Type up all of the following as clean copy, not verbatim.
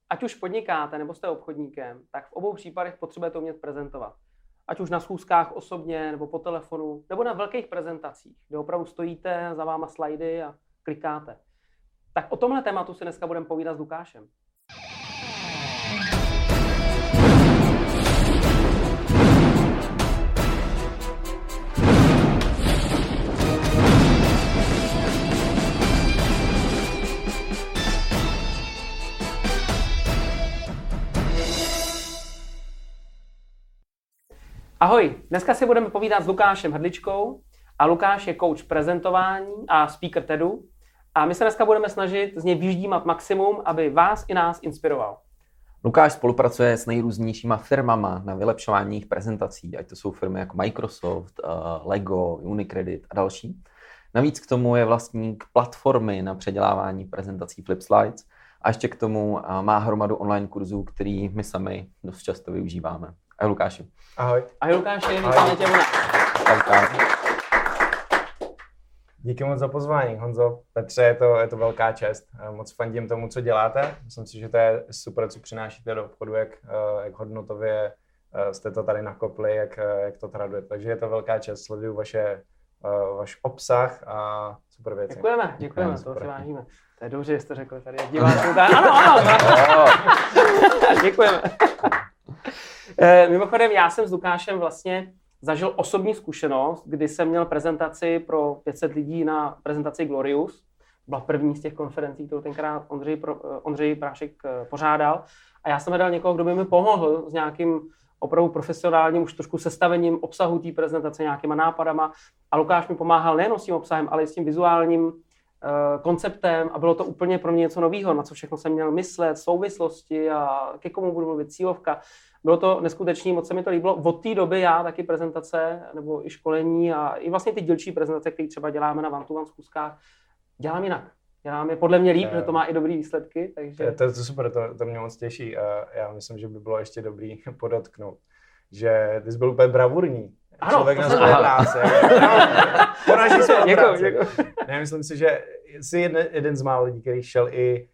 ať už podnikáte nebo jste obchodníkem, tak v obou případech potřebujete umět prezentovat. Ať už na schůzkách osobně, nebo po telefonu, nebo na velkých prezentacích, kde opravdu stojíte, za váma slajdy a klikáte. Tak o tomhle tématu si dneska budeme povídat s Lukášem. Ahoj, dneska si budeme povídat s Lukášem Hrdličkou a Lukáš je coach prezentování a speaker TEDu a my se dneska budeme snažit z něj vyždímat maximum, aby vás i nás inspiroval. Lukáš spolupracuje s nejrůznějšíma firmama na vylepšování jejich prezentací, ať to jsou firmy jako Microsoft, Lego, Unicredit a další. Navíc k tomu je vlastník platformy na předělávání prezentací FlipSlides a ještě k tomu má hromadu online kurzů, který my sami dost často využíváme. Ahoj Lukáši. Ahoj. Ahoj Lukáši, vítáme tě u nás. Díky moc za pozvání, Honzo. Petře, je to velká čest. Moc fandím tomu, co děláte. Myslím si, že to je super, co přinášíte do obchodu, jak hodnotově jste to tady nakopli, jak to traduje. Takže je to velká čest, sleduju váš obsah a super věci. Děkujeme, to si vážíme. To je dobře, že jste řekli tady, jak diváků. Ano. Děkujeme. Mimochodem, já jsem s Lukášem vlastně zažil osobní zkušenost, kdy jsem měl prezentaci pro 500 lidí na prezentaci Glorious. Byla první z těch konferencí, kterou tenkrát Ondřej Prášek pořádal. A já jsem hledal někoho, kdo by mi pomohl s nějakým opravdu profesionálním už trošku sestavením obsahu té prezentace, nějakýma nápadama. A Lukáš mi pomáhal nejen s tím obsahem, ale i s tím vizuálním konceptem a bylo to úplně pro mě něco nového, na co všechno jsem měl myslet, souvislosti a ke komu budu mluvit, cílovka. Bylo to neskutečný, moc se mi to líbilo. Od té doby já taky prezentace nebo i školení a i vlastně ty dílčí prezentace, které třeba děláme na one-to-one schůzkách, dělám jinak. Dělám je podle mě líp, že to má i dobrý výsledky. Takže... To je super, to mě moc těší a já myslím, že by bylo ještě dobrý podotknout, že ty jsi byl úplně bravurní. Ano, člověk na své práce. Poraží své práce. Ne, myslím si, že jsi jeden z mála lidí, který šel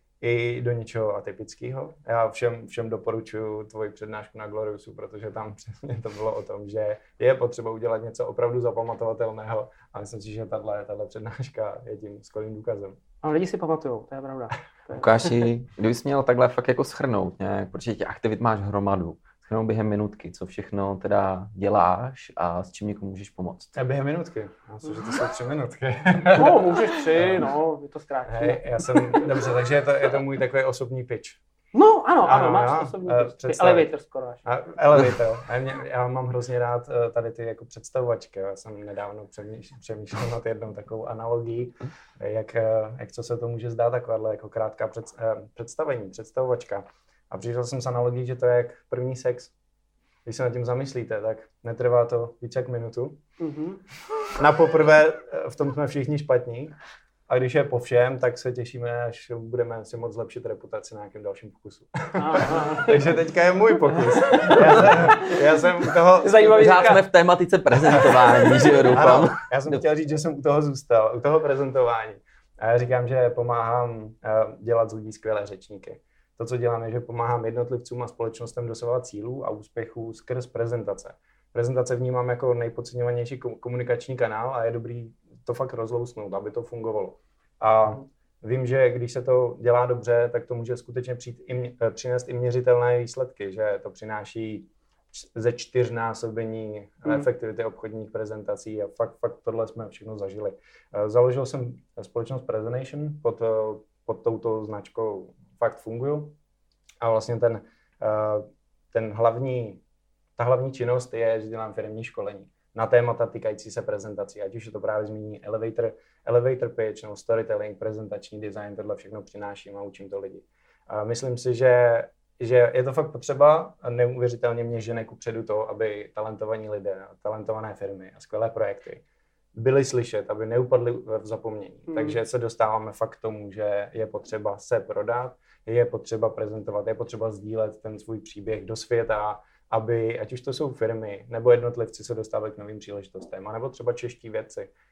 i do něčeho atypického. Já všem doporučuji tvoji přednášku na Gloriousu, protože tam přesně to bylo o tom, že je potřeba udělat něco opravdu zapamatovatelného a myslím si, že tahle přednáška je tím skvělým důkazem. A lidi si pamatujou, to je pravda. Lukáši, kdybys měl takhle fakt jako shrnout nějak, protože těch aktivit máš hromadu. Shrnout během minutky, co všechno teda děláš a s čím někomu můžeš pomoct. A během minutky? Já myslím, že to jsou 3 minutky. No, můžeš 3, je to zkrátí. Dobře, takže je to můj takový osobní pitch. No, ano, máš osobní pitch. Elevator skoro až. Elevator. Já mám hrozně rád tady ty jako představovačky. Já jsem nedávno přemýšlel nad jednou takovou analogií, jak co se to může zdát takováhle jako krátká představovačka. A přišel jsem s analogií, že to je jak první sex. Když se nad tím zamyslíte, tak netrvá to víc jak minutu. Mm-hmm. Na poprvé v tom jsme všichni špatní. A když je po všem, tak se těšíme, až budeme si moc zlepšit reputaci na nějakém dalším pokusu. Takže teďka je můj pokus. Já jsem u toho... Zajímavý, že jsme v tématice prezentování, že jo, doufám. Ano, já jsem chtěl říct, že jsem u toho zůstal, u toho prezentování. A já říkám, že pomáhám dělat z lidí skvělé řečníky. To, co dělám, je, že pomáhám jednotlivcům a společnostem dosahovat cílů a úspěchů skrz prezentace. Prezentace vnímám jako nejpodceňovanější komunikační kanál a je dobrý to fakt rozlousnout, aby to fungovalo. A vím, že když se to dělá dobře, tak to může skutečně přinést i měřitelné výsledky, že to přináší ze 4násobení efektivity obchodních prezentací a fakt tohle jsme všechno zažili. Založil jsem společnost Presentation pod touto značkou Fakt funguju a vlastně ta hlavní činnost je, že dělám firemní školení na témata týkající se prezentací, ať už je to právě zmíní elevator pitch nebo storytelling, prezentační design, tohle všechno přináším a učím to lidi. A myslím si, že je to fakt potřeba a neuvěřitelně mě žene kupředu to, aby talentovaní lidé, talentované firmy a skvělé projekty byli slyšet, aby neupadli v zapomnění. Takže se dostáváme fakt k tomu, že je potřeba se prodat, je potřeba prezentovat, je potřeba sdílet ten svůj příběh do světa, aby, ať už to jsou firmy nebo jednotlivci, se dostávali k novým příležitostem, nebo třeba čeští vědci,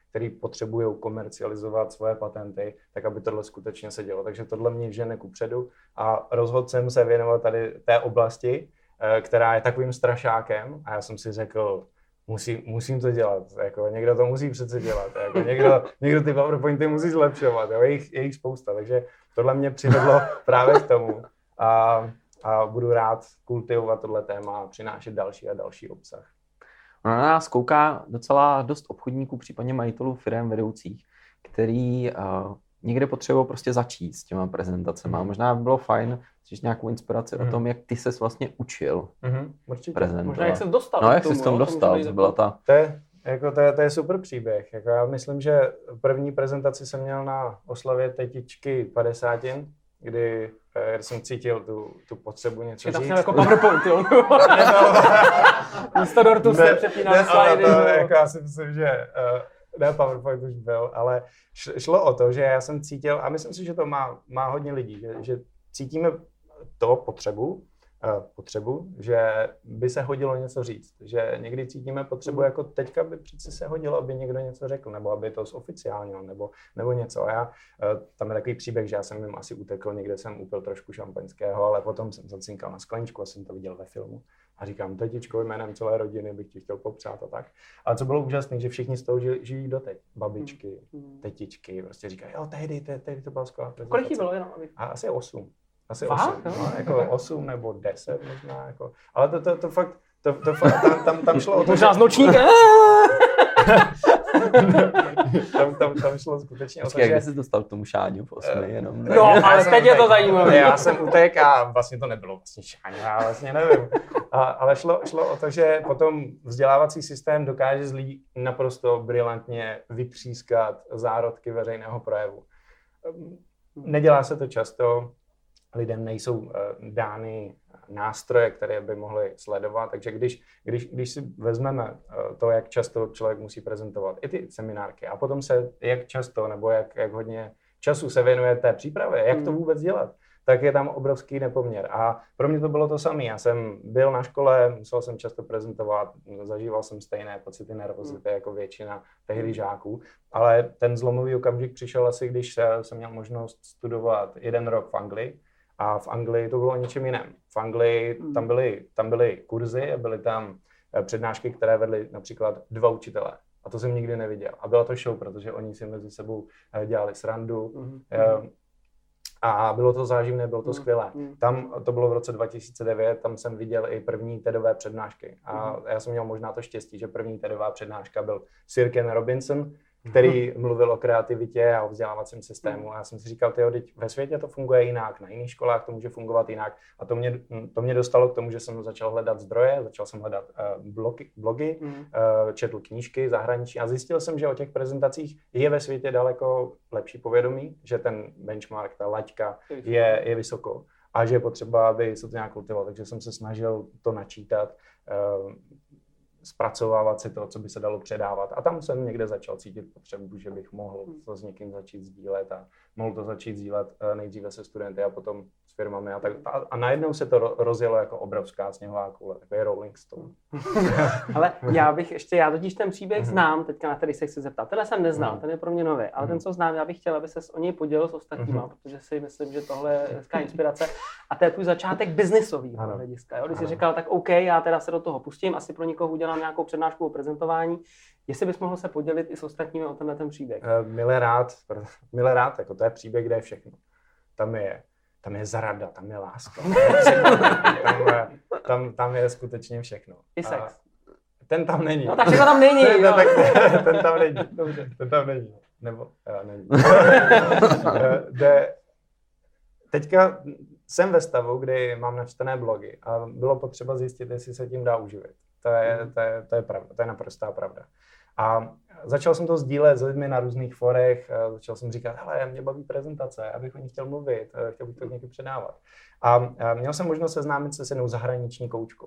který potřebují komercializovat svoje patenty, tak aby tohle skutečně se dělo. Takže tohle mě žene kupředu a rozhodl jsem se věnovat tady té oblasti, která je takovým strašákem a já jsem si řekl, musím to dělat, jako někdo to musí přece dělat, jako někdo ty PowerPointy musí zlepšovat, jo, je jich spousta, takže tohle mě přivedlo právě k tomu a budu rád kultivovat tohle téma a přinášet další a další obsah. Ono na nás kouká docela dost obchodníků, případně majitelů firem vedoucích, který někde potřebují prostě začít s těma prezentacemi. Možná by bylo fajn, že nějakou inspiraci o tom, jak ty ses vlastně učil prezentovat. Možná jak ses dostal. No, jak ses tomu dostal, to byla ta... To je super příběh. Jako já myslím, že první prezentaci jsem měl na oslavě tetičky 50, kdy jsem cítil tu potřebu něco říct. Je jako PowerPoint, jo? Místo dortu se přepínal slidy. Jako já si myslím, že ne, PowerPoint už byl, ale šlo o to, že já jsem cítil, a myslím si, že to má hodně lidí, že cítíme to potřebu, že by se hodilo něco říct. Že někdy cítíme potřebu, jako teďka by přeci se hodilo, aby někdo něco řekl, nebo aby to zoficiálnil, nebo něco. A já, tam je takový příběh, že já jsem jim asi utekl, někde jsem upil trošku šampaňského, ale potom jsem zacinkal na skleničku a jsem to viděl ve filmu. A říkám, tetičko, jménem celé rodiny bych ti chtěl popřát a tak. A co bylo úžasné, že všichni z toho žijí doteď. Babičky, tetičky, prostě říkají, jo, tehdy to byla skvělá prezentace. Kolik jí bylo jenom? A asi 8. Asi 8, no, jako 8 nebo 10 možná, jako. Ale to fakt, tam šlo o to, možná s nočníkem. tam šlo skutečně o to, že... Jak jsi dostal k tomu šáňu v 8 jenom? No, ale teď je to zajímavé. Já jsem utek a vlastně to nebylo vlastně šáň, já vlastně nevím. Ale šlo o to, že potom vzdělávací systém dokáže z lidí naprosto brilantně vytřískat zárodky veřejného projevu. Nedělá se to často, lidem nejsou dány nástroje, které by mohli sledovat, takže když si vezmeme to, jak často člověk musí prezentovat, i ty seminárky, a potom se, jak často nebo jak hodně času se věnuje té přípravě, jak to vůbec dělat, tak je tam obrovský nepoměr. A pro mě to bylo to samé. Já jsem byl na škole, musel jsem často prezentovat, zažíval jsem stejné pocity nervozity jako většina tehdy žáků, ale ten zlomový okamžik přišel asi, když jsem měl možnost studovat 1 rok v Anglii. A v Anglii to bylo o něčem jiném. V Anglii tam byly kurzy, byly tam přednášky, které vedly například 2 učitelé. A to jsem nikdy neviděl. A byla to show, protože oni si mezi sebou dělali srandu. A bylo to záživné, bylo to skvělé. Tam, to bylo v roce 2009, tam jsem viděl i první TEDové přednášky. A já jsem měl možná to štěstí, že první TEDová přednáška byl Sir Ken Robinson, který mluvil o kreativitě a o vzdělávacím systému. A já jsem si říkal, teď ve světě to funguje jinak, na jiných školách to může fungovat jinak. A to mě dostalo k tomu, že jsem začal hledat zdroje, začal jsem hledat blogy, četl knížky zahraničí a zjistil jsem, že o těch prezentacích je ve světě daleko lepší povědomí, že ten benchmark, ta laťka je vysoko a že je potřeba, aby se to nějak kultivovalo. Takže jsem se snažil to načítat, zpracovávat si to, co by se dalo předávat. A tam jsem někde začal cítit potřebu, že bych mohl to s někým začít sdílet a mohl to začít sdílet nejdříve se studenty a potom s firmami. A najednou se to rozjelo jako obrovská sněhová koule, takový Rolling Stone. Ale já totiž ten příběh znám, teďka na který se chci zeptat. Tenhle jsem neznal, ten je pro mě nový, ale ten, co znám, já bych chtěl, aby ses o něj podělil s ostatníma, protože si myslím, že tohle je hezká inspirace. A to je tvůj začátek biznisového hlediska. Když jsi říkal, tak OK, já teda se do toho pustím, asi pro někoho udělám nějakou přednášku o prezentování. Jestli bys mohl se podělit i s ostatními o tenhle ten příběh. Milé rád, jako to je příběh, kde je všechno. Tam je zrada, tam je láska. tam je skutečně všechno. I sex. Ten tam není. No takže to tam není. Ten tam není. Dobře. Ten tam není. Nebo není. Teďka jsem ve stavu, kdy mám načtené blogy a bylo potřeba zjistit, jestli se tím dá uživit. To je pravda, to je naprostá pravda. A začal jsem to sdílet s lidmi na různých forech, začal jsem říkat, hele, mě baví prezentace, abych o ní chtěl mluvit, chtěl bych to někdy předávat. A měl jsem možnost seznámit se s jednou zahraniční koučkou.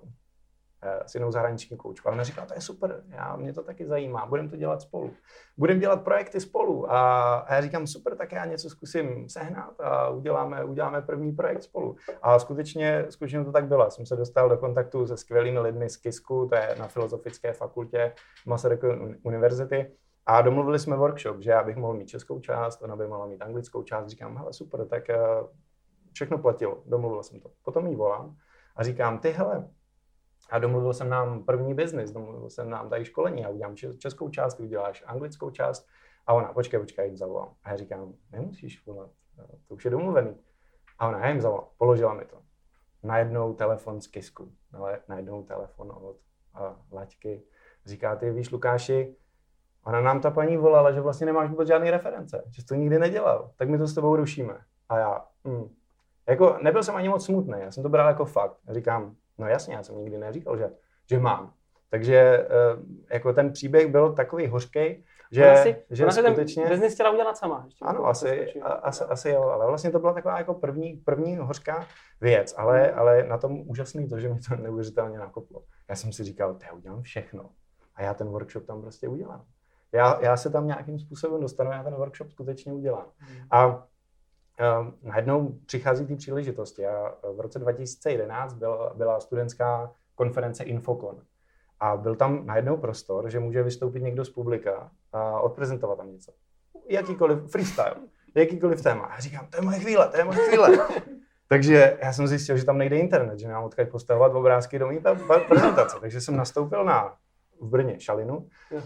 A ona říkala, to je super, mě to taky zajímá, budeme to dělat spolu. Budeme dělat projekty spolu. A já říkám, super, tak já něco zkusím sehnat a uděláme první projekt spolu. A skutečně to tak bylo. Jsem se dostal do kontaktu se skvělými lidmi z KISKu, to je na Filozofické fakultě Masarykovy univerzity. A domluvili jsme workshop, že já bych mohl mít českou část, ona by mohla mít anglickou část. Říkám, hele, super, tak všechno platilo, domluvil jsem to. Potom jí volám a říkám, ty hele, a domluvil jsem nám první biznis, domluvil jsem nám tady školení, já udělám českou část, ty uděláš anglickou část. A ona, počkej, jim zavolám. A já říkám, nemusíš volat, to už je domluvený. A ona, já jim zavolám, položila mi to. Najednou telefon z Kisku, najednou telefon od Laďky. Říká, ty víš, Lukáši, ona nám ta paní volala, že vlastně nemáš vůbec žádný reference, že jsi to nikdy nedělal, tak my to s tebou rušíme. A já, jako nebyl jsem ani moc smutný, já jsem to bral jako fakt. Říkám, no jasně, já jsem nikdy neříkal, že mám. Takže jako ten příběh byl takový hořkej, že skutečně... Ten biznis chtěla udělat sama. Ano, asi jo, ale vlastně to byla taková jako první hořká věc, ale na tom úžasný to, že mi to neuvěřitelně nakoplo. Já jsem si říkal, já udělám všechno a já ten workshop tam prostě udělám. Já se tam nějakým způsobem dostanu, já ten workshop skutečně udělám. A najednou přichází ty příležitosti. V roce 2011 byla studentská konference Infocon. A byl tam najednou prostor, že může vystoupit někdo z publika a odprezentovat tam něco. Jakýkoliv freestyle, jakýkoliv téma. A říkám, to je moje chvíle. Takže já jsem zjistil, že tam nejde internet, že mám odkud postavovat obrázky do mý prezentace. Takže jsem nastoupil v Brně Šalinu.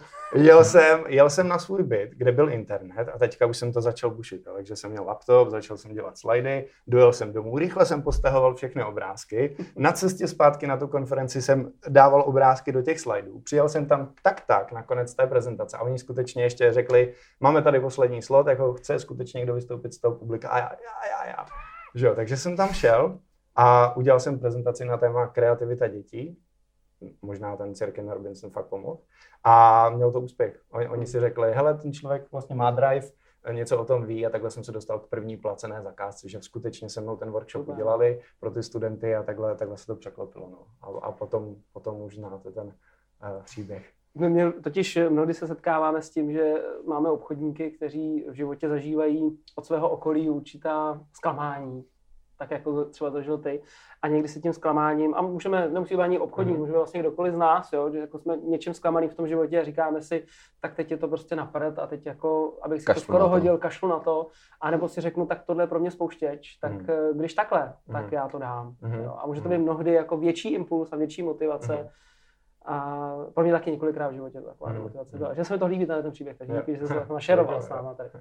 Jel jsem na svůj byt, kde byl internet a teďka už jsem to začal bušit. Takže jsem měl laptop, začal jsem dělat slidy, dojel jsem domů, rychle jsem postahoval všechny obrázky. Na cestě zpátky na tu konferenci jsem dával obrázky do těch slidů. Přijel jsem tam tak na konec té prezentace a oni skutečně ještě řekli, máme tady poslední slot, jako chce skutečně někdo vystoupit z toho publika a já. Že jo, takže jsem tam šel a udělal jsem prezentaci na téma kreativita dětí. Možná ten Sir Ken Robinson fakt pomohl. A měl to úspěch. Oni si řekli, hele, ten člověk vlastně má drive, něco o tom ví a takhle jsem se dostal k první placené zakázce, že skutečně se mnou ten workshop udělali pro ty studenty a takhle se to překlopilo. No. A potom už znáte ten příběh. Totiž mnohdy se setkáváme s tím, že máme obchodníky, kteří v životě zažívají od svého okolí určitá zklamání, tak jako třeba zažil ty. A někdy se tím zklamáním, a nemusí být ani obchodník, můžeme vlastně kdokoliv z nás, jo, že jako jsme něčím zklamaný v tom životě a říkáme si, tak teď je to prostě na prd a teď jako, abych si to skoro hodil, kašlu na to, anebo si řeknu, tak tohle je pro mě spouštěč, tak když takhle, tak já to dám. Jo. A může to být mnohdy jako větší impuls a větší motivace. A pro mě taky několikrát v životě taková motivace byla. Že se mi to líbí, ten příběh, takže díky, že jsi to našeroval s náma tady.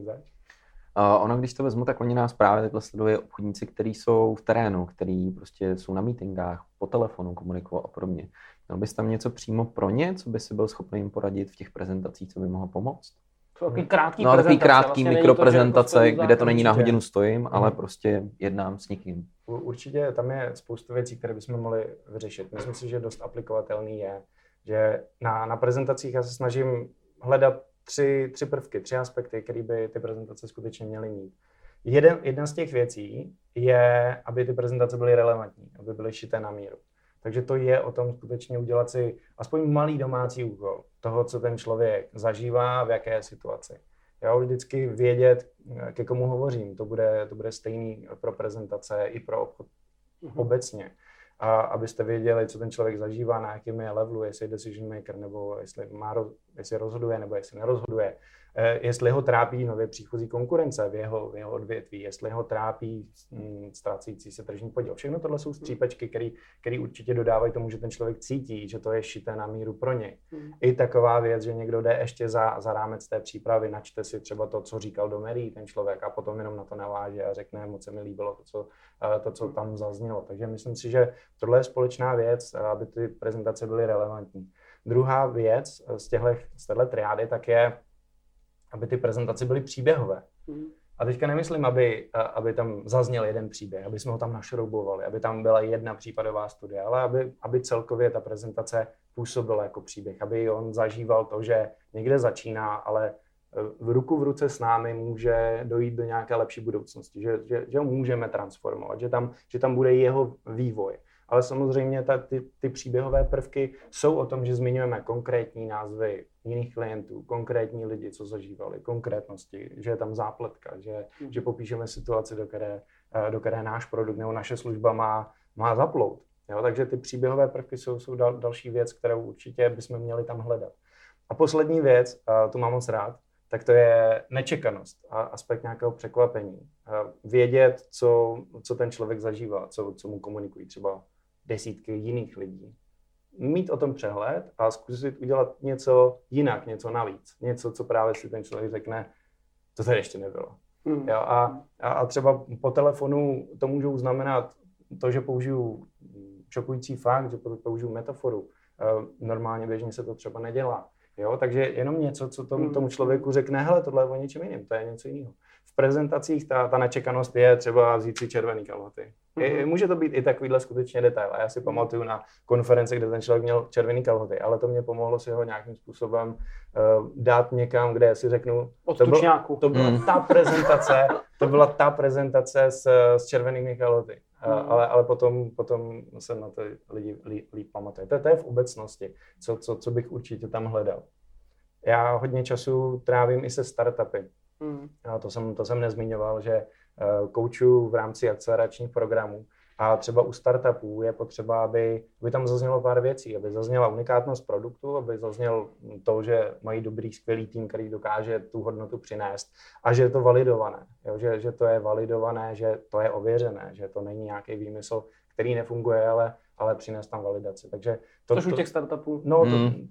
Ono, když to vezmu, tak oni nás právě takhle sledují obchodníci, kteří jsou v terénu, kteří prostě jsou na meetingách, po telefonu komunikují a podobně. Měl bys tam něco přímo pro ně, co by si byl schopný jim poradit v těch prezentacích, co by mohlo pomoct? Takový krátký vlastně mikroprezentace, kde to není na hodinu stojím, ale prostě jednám s někým. Určitě tam je spoustu věcí, které bychom mohli vyřešit. Myslím si, že dost aplikovatelný je, že na prezentacích já se snažím hledat tři prvky, 3 aspekty, které by ty prezentace skutečně měly mít. Jedna z těch věcí je, aby ty prezentace byly relevantní, aby byly šité na míru. Takže to je o tom skutečně udělat si aspoň malý domácí úkol toho, co ten člověk zažívá, v jaké situaci. Já vždycky vědět, ke komu hovořím. To bude stejný pro prezentace i pro obchod obecně. A abyste věděli, co ten člověk zažívá, na jakém je levelu, jestli je decision maker, nebo jestli rozhoduje, nebo jestli nerozhoduje, jestli ho trápí nově příchozí konkurence v jeho odvětví, jestli ho trápí ztrácející se tržní podíl. Všechno tohle jsou střípečky, které určitě dodávají tomu, že ten člověk cítí, že to je šité na míru pro něj. I taková věc, že někdo jde ještě za rámec té přípravy, načte si třeba to, co říkal do médií ten člověk a potom jenom na to naváže a řekne, moc se mi líbilo to, co tam zaznělo. Takže myslím si, že tohle je společná věc, aby ty prezentace byly relevantní. Druhá věc z téhle triády tak je, aby ty prezentace byly příběhové. A teďka nemyslím, aby tam zazněl jeden příběh, aby jsme ho tam našroubovali, aby tam byla jedna případová studie, ale aby celkově ta prezentace působila jako příběh, aby on zažíval to, že někde začíná, ale v ruku v ruce s námi může dojít do nějaké lepší budoucnosti, že ho můžeme transformovat, že tam bude jeho vývoj. Ale samozřejmě ty příběhové prvky jsou o tom, že zmiňujeme konkrétní názvy jiných klientů, konkrétní lidi, co zažívali, konkrétnosti, že je tam zápletka, že popíšeme situaci, do které náš produkt nebo naše služba má zaplout. Jo? Takže ty příběhové prvky jsou další věc, kterou určitě bychom měli tam hledat. A poslední věc, a tu mám moc rád, tak to je nečekanost a aspekt nějakého překvapení. Vědět, co ten člověk zažívá, co mu komunikují třeba desítky jiných lidí. Mít o tom přehled a zkusit udělat něco jinak, něco navíc. Něco, co právě si ten člověk řekne, to tady ještě nebylo. Jo, a třeba po telefonu to můžou znamenat to, že použiju šokující fakt, že použiju metaforu. Normálně běžně se to třeba nedělá. Jo, takže jenom něco, co tomu člověku řekne, hele, tohle je o něčem jiném, to je něco jiného. V prezentacích ta nečekanost je třeba vzít si červený kalhoty. Může to být i takovýhle skutečně detail. A já si pamatuju na konferenci, kde ten člověk měl červený kalhoty, ale to mě pomohlo si ho nějakým způsobem dát někam, kde si řeknu, to byla ta prezentace s červenými kalhoty. Ale potom se na to lidi líp pamatuje. To je v obecnosti, co bych určitě tam hledal. Já hodně času trávím i se startupy. To jsem nezmiňoval, že koučuju v rámci akceleračních programů a třeba u startupů je potřeba, aby tam zaznělo pár věcí, aby zazněla unikátnost produktu, aby zazněl to, že mají dobrý, skvělý tým, který dokáže tu hodnotu přinést a že je to validované, jo? Že to je validované, že to je ověřené, že to není nějaký výmysl, který nefunguje, ale přinést tam validaci. Takže což u těch startupů. No,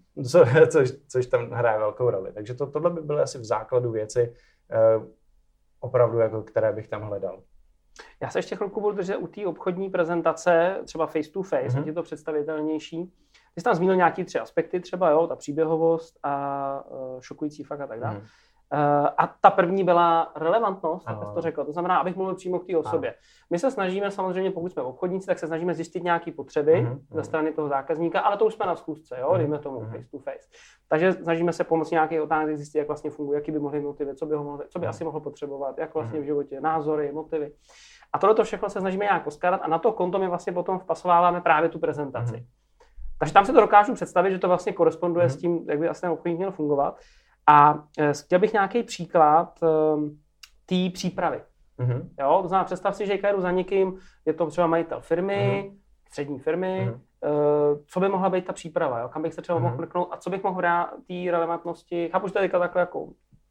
což tam hraje velkou roli. Takže tohle by byly asi v základu věci, opravdu, jako, které bych tam hledal. Já se ještě chvilku budu držet u té obchodní prezentace, třeba face to face, ať je to představitelnější. Ty jsi tam zmínil nějaký 3 aspekty, třeba ta příběhovost a šokující fakt a tak dále. A ta první byla relevantnost, tak jsi to řekl. To znamená, abych mluvil přímo k té osobě. My se snažíme samozřejmě, pokud jsme obchodníci, tak se snažíme zjistit nějaké potřeby ze strany toho zákazníka, ale to už jsme na schůzce, dejme tomu face to face. Takže snažíme se pomocí nějakých otázek zjistit, jak vlastně funguje, jaký by mohly motivy, co by asi mohl potřebovat, jak vlastně v životě, názory, motivy. A tohle všechno se snažíme nějak poskládat a na to konto my vlastně potom vpasováváme právě tu prezentaci. Takže tam si to dokážu představit, že to vlastně koresponduje s tím, jak by asi ten obchodník měl fungovat. A chtěl bych nějaký příklad té přípravy. Jo? To znamená, představ si, že jdu za někým, je to třeba majitel firmy, střední firmy, co by mohla být ta příprava, jo? Kam bych se třeba mohl mrknout a co bych mohl vrát té relevantnosti, chápu, že to je takhle jako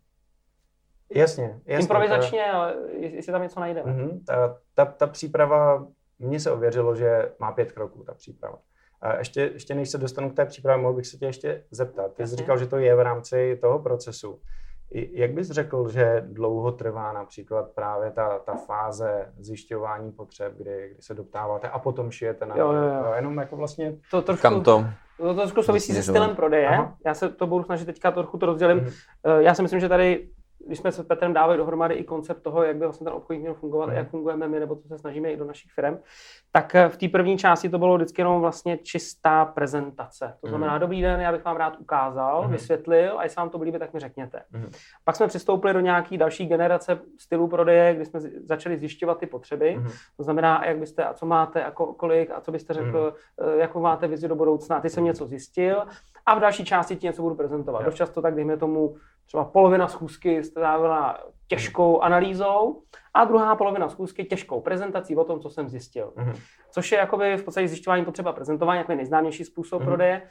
jasně, improvizačně, ale jestli tam něco najdeme. Ta příprava, mně se ověřilo, že má 5 kroků ta příprava. A ještě než se dostanu k té přípravě, mohl bych se tě ještě zeptat. Ty jsi říkal, že to je v rámci toho procesu. Jak bys řekl, že dlouho trvá například právě ta fáze zjišťování potřeb, kdy se doptáváte a potom šijete na jenom jako vlastně... To trošku souvisí se stylem prodeje. Aha. Já se to budu snažit teďka trochu to rozdělím. Já si myslím, že tady, když jsme s Petrem dávali dohromady i koncept toho, jak by vlastně ten obchodník měl fungovat a jak fungujeme my, nebo co se snažíme i do našich firm, tak v té první části to bylo vždycky jenom vlastně čistá prezentace. To znamená, dobrý den, já bych vám rád ukázal, vysvětlil a jestli vám to líbí, tak mi řekněte. Pak jsme přistoupili do nějaký další generace stylů prodeje, kdy jsme začali zjišťovat ty potřeby. To znamená, jak byste a co máte a kolik a co byste řekl, jakou máte vizi do budoucna. Ty jsem něco zjistil a v další části ti něco budu prezentovat. Dost často tak, dejme tomu, třeba polovina schůzky strávila těžkou analýzou a druhá polovina schůzky těžkou prezentací o tom, co jsem zjistil. Což je jakoby v podstatě zjišťování potřeba prezentování, jako nejznámější způsob prodeje,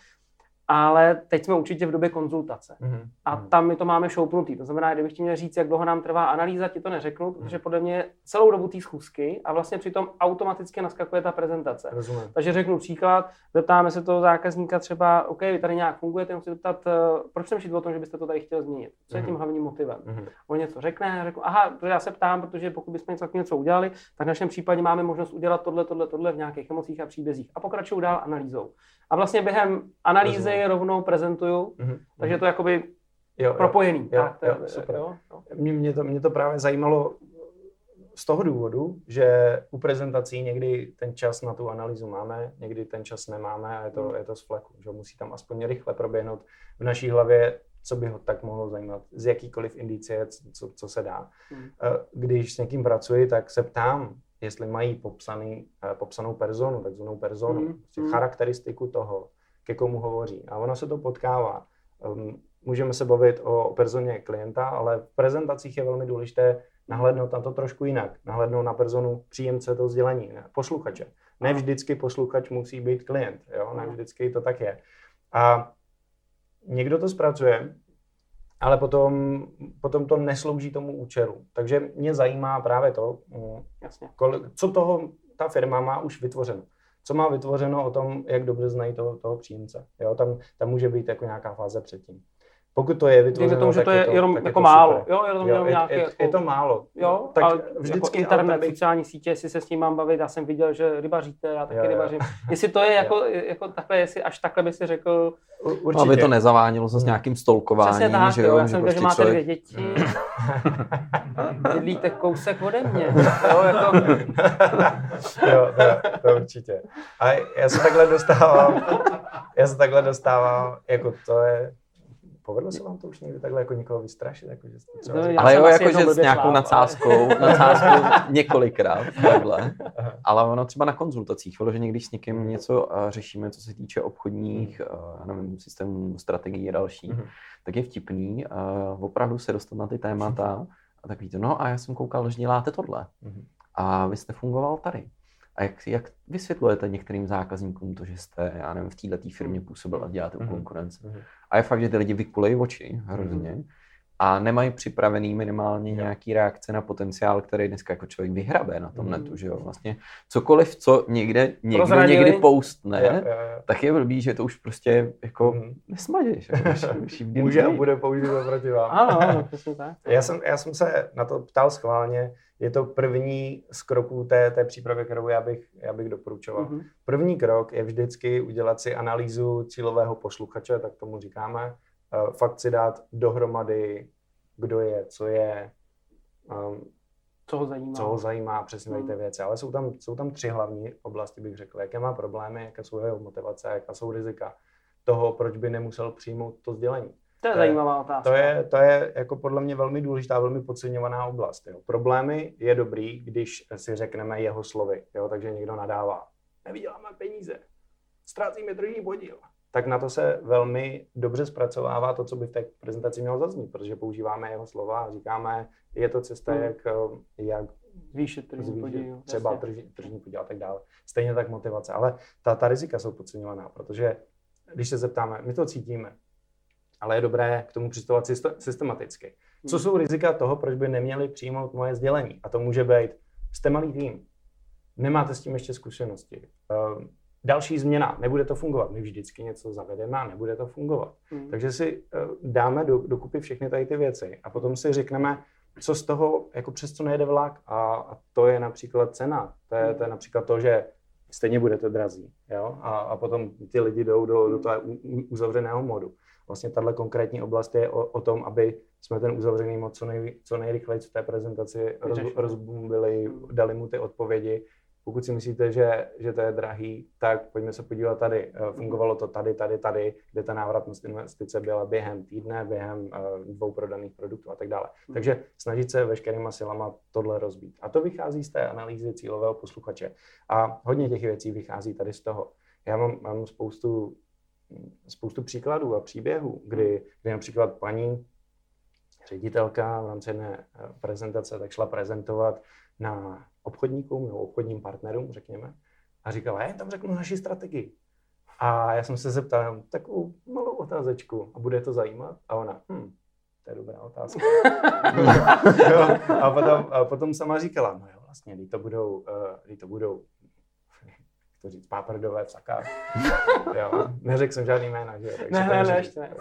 ale teď jsme určitě v době konzultace. A tam my to máme šoupnutý. To znamená, kdybych ti měl říct, jak dlouho nám trvá analýza, ti to neřeknu, protože podle mě celou dobu té schůzky a vlastně přitom automaticky naskakuje ta prezentace. Rozumím. Takže řeknu příklad, zeptáme se toho zákazníka třeba, OK, vy tady nějak fungujete, musíte zeptat, proč přemýšlíte o tom, že byste to tady chtěl změnit? Co je tím hlavním motivem? On něco řekne, řeknu, aha, protože já se ptám, protože pokud bychom něco udělali, tak v našem případě máme možnost udělat tohle v nějakých emocích a příbězích. A pokračuju dál analýzou. A vlastně během analýzy rovnou prezentuju, takže je to jakoby propojený. Super. Mě to právě zajímalo z toho důvodu, že u prezentací někdy ten čas na tu analýzu máme, někdy ten čas nemáme a je to z fleku. Že musí tam aspoň rychle proběhnout v naší hlavě, co by ho tak mohlo zajímat, z jakýkoliv indicie, co se dá. Když s někým pracuji, tak se ptám, jestli mají popsanou personu, takzvanou personu, charakteristiku toho, ke komu hovoří. A ono se to potkává. Můžeme se bavit o personě klienta, ale v prezentacích je velmi důležité nahlédnout na to trošku jinak. Nahlédnout na personu příjemce toho sdělení, posluchače. Ne vždycky posluchač musí být klient, jo? Ne vždycky to tak je. A někdo to zpracuje, ale potom to neslouží tomu účelu. Takže mě zajímá právě to, co toho ta firma má už vytvořeno. Co má vytvořeno o tom, jak dobře znají toho příjemce. Jo, tam může být jako nějaká fáze předtím. Pokud to je vytvořeno, tomu, že tak to je to, jenom tak jako je to málo. super. Jo, Je to málo. Jo, tak ale vždycky jako internet, sociální sítě, jestli se s ním mám bavit, já jsem viděl, že rybaříte, já taky rybařím. Jestli to je jako takhle, jestli až takhle by si řekl... Určitě. Aby to nezavánělo se s nějakým stolkováním. Přesně tak, že já jsem viděl, že máte člověk... 2 děti. Bydlíte kousek ode mě. Jo, to určitě. A já se takhle dostávám, jako to je... Povedlo se vám to už někdy takhle jako někoho vystrašit? Jako, že třeba ale jo, jakože s nějakou nadsázkou několikrát, takhle. Ale ono třeba na konzultacích, že když s někým něco řešíme, co se týče obchodních, systémů, strategií a další, tak je vtipný opravdu se dostat na ty témata a tak víte, no a já jsem koukal, že děláte tohle. A vy jste fungoval tady. A jak vysvětlujete některým zákazníkům to, že jste, já nevím, v této firmě působil a děláte u konkurence? A je fakt, že ty lidi vykulejí oči hrozně a nemají připravený minimálně nějaký reakce na potenciál, který dneska jako člověk vyhrabe na tom netu, že jo? Vlastně cokoliv, co někdo někdy postne, tak je blbý, že to už prostě jako nesmažeš. Může a bude použít proti vám. Ano, přesně tak. Já jsem se na to ptal schválně. Je to první z kroků té přípravy, kterou já bych doporučoval. První krok je vždycky udělat si analýzu cílového posluchače, tak tomu říkáme. Fakt si dát dohromady, kdo je, co je, co ho zajímá, přesně tady ty věci. Ale jsou tam 3 hlavní oblasti, bych řekl. Jaké má problémy, jaké jsou jeho motivace, jaká jsou rizika toho, proč by nemusel přijmout to sdělení. To je zajímavá otázka. To je jako podle mě velmi důležitá, velmi podceňovaná oblast. Jo. Problémy je dobrý, když si řekneme jeho slovy. Jo. Takže někdo nadává. Nevyděláme peníze. Ztrácíme tržní podíl. Tak na to se velmi dobře zpracovává to, co by v té prezentaci mělo zaznít, protože používáme jeho slova a říkáme, je to cesta, jak zvýšit tržní podíl. Třeba tržní podíl a tak dále. Stejně tak motivace. Ale ta rizika jsou podceňovaná, protože když se zeptáme, my to cítíme, ale je dobré k tomu přistupovat systematicky. Co jsou rizika toho, proč by neměli přijmout moje sdělení? A to může být, jste malý tým, nemáte s tím ještě zkušenosti. Další změna, nebude to fungovat. My vždycky něco zavedeme a nebude to fungovat. Takže si dáme dokupy všechny tady ty věci a potom si řekneme, co z toho, jako přes co nejde vlak. A to je například cena. To je například to, že stejně budete drazí. Jo? A potom ty lidi jdou do toho uzavřeného modu. Vlastně tahle konkrétní oblast je o tom, aby jsme ten uzavřený mod co nejrychleji v té prezentaci rozbumbili, dali mu ty odpovědi. Pokud si myslíte, že to je drahý, tak pojďme se podívat tady. Fungovalo to tady, kde ta návratnost investice byla během týdne, během 2 prodaných produktů a tak dále. Takže snažit se veškerýma silama tohle rozbít. A to vychází z té analýzy cílového posluchače. A hodně těch věcí vychází tady z toho. Já mám spoustu příkladů a příběhů, kdy například paní ředitelka v rámci jedné prezentace tak šla prezentovat na obchodníkům nebo obchodním partnerům, řekněme, a říkala, já tam řeknu naši strategii. A já jsem se zeptal takovou malou otázečku, a bude to zajímat? A ona, to je dobrá otázka. a potom sama říkala, no jo, vlastně, když to budou to říct, páprdové v sakách. Jo, neřekl jsem žádný jména, že jo? Ne, ještě ne.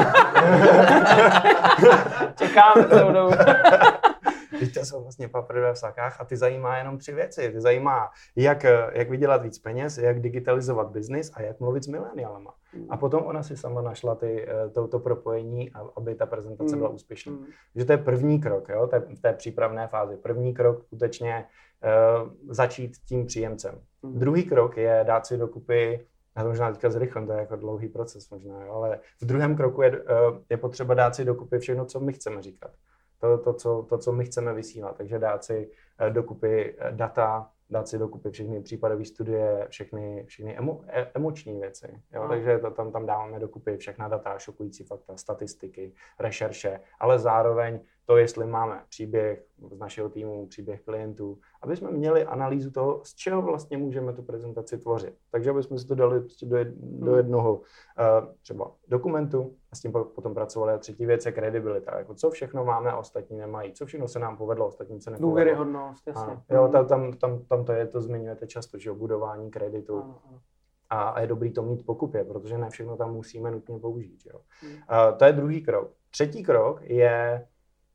Čekáme celou dobu. Teď to jsou vlastně paprdové v sakách a ty zajímá jenom 3 věci. Ty zajímá, jak vydělat víc peněz, jak digitalizovat biznis a jak mluvit s mileniálama. A potom ona si sama našla to propojení, aby ta prezentace byla úspěšná. Takže to je první krok, jo, v té přípravné fázi. První krok skutečně začít tím příjemcem. Druhý krok je dát si dokupy, já to možná teďka zrychlím, to je jako dlouhý proces možná, jo, ale v druhém kroku je potřeba dát si dokupy všechno, co my chceme říkat. To, co my chceme vysílat. Takže dát si dokupy data, dát si dokupy všechny případové studie, všechny emoční věci. Jo? Takže tam dáváme dokupy všechna data, šokující fakta, statistiky, rešerše, ale zároveň to, jestli máme příběh z našeho týmu, příběh klientů, aby jsme měli analýzu toho, z čeho vlastně můžeme tu prezentaci tvořit. Takže aby jsme si to dali prostě do jednoho třeba dokumentu a s tím potom pracovali. A třetí věc je kredibilita. Jako co všechno máme a ostatní nemají. Co všechno se nám povedlo, ostatním se nepovedlo. Důvěryhodnost, jasně. Jo, tam to je, to zmiňujete často, že budování kreditu. Ano. A je dobrý to mít pokupě, protože ne všechno tam musíme nutně použít. Jo. To je druhý krok. Třetí krok je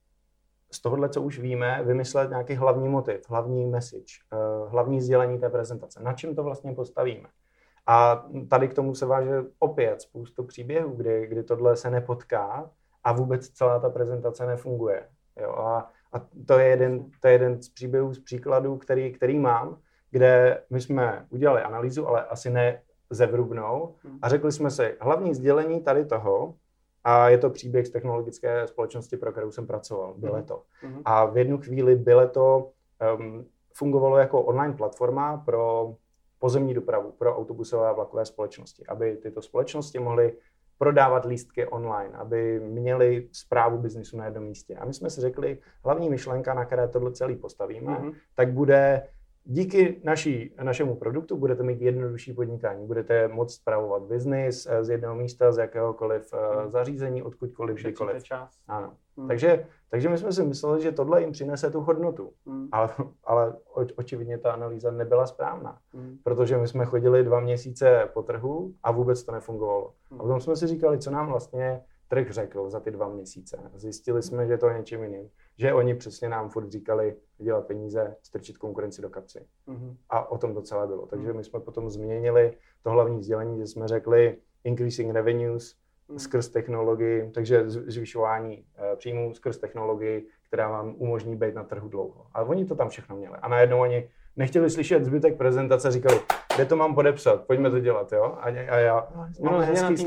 z tohohle, co už víme, vymyslet nějaký hlavní motiv, hlavní message, hlavní sdělení té prezentace. Na čem to vlastně postavíme? A tady k tomu se váže opět spoustu příběhů, kdy tohle se nepotká a vůbec celá ta prezentace nefunguje. Jo. A to je jeden z příběhů, z příkladů, který mám, kde my jsme udělali analýzu, ale asi ne zevrubnou a řekli jsme si, hlavní sdělení tady toho, a je to příběh z technologické společnosti, pro kterou jsem pracoval, Bileto. A v jednu chvíli Bileto fungovalo jako online platforma pro pozemní dopravu, pro autobusové a vlakové společnosti, aby tyto společnosti mohly prodávat lístky online, aby měli správu biznisu na jednom místě. A my jsme si řekli, hlavní myšlenka, na které tohle celý postavíme, tak bude díky našemu produktu budete mít jednodušší podnikání. Budete moct spravovat biznis z jednoho místa, z jakéhokoliv zařízení, odkudkoliv, kdykoliv. Ano. Takže my jsme si mysleli, že tohle jim přinese tu hodnotu. Ale očividně ta analýza nebyla správná. Protože my jsme chodili 2 měsíce po trhu a vůbec to nefungovalo. A potom jsme si říkali, co nám vlastně trh řekl za ty 2 měsíce. Zjistili jsme, že to je něčím jiným. Že oni přesně nám furt říkali vydělat peníze, strčit konkurenci do kapsy. A o tom to celé bylo. Takže my jsme potom změnili to hlavní sdělení, že jsme řekli increasing revenues skrz technologii, takže zvyšování příjmů skrz technologii, která vám umožní být na trhu dlouho. A oni to tam všechno měli. A najednou oni nechtěli slyšet zbytek prezentace, říkali, kde to mám podepsat, pojďme to dělat, jo? A já, máme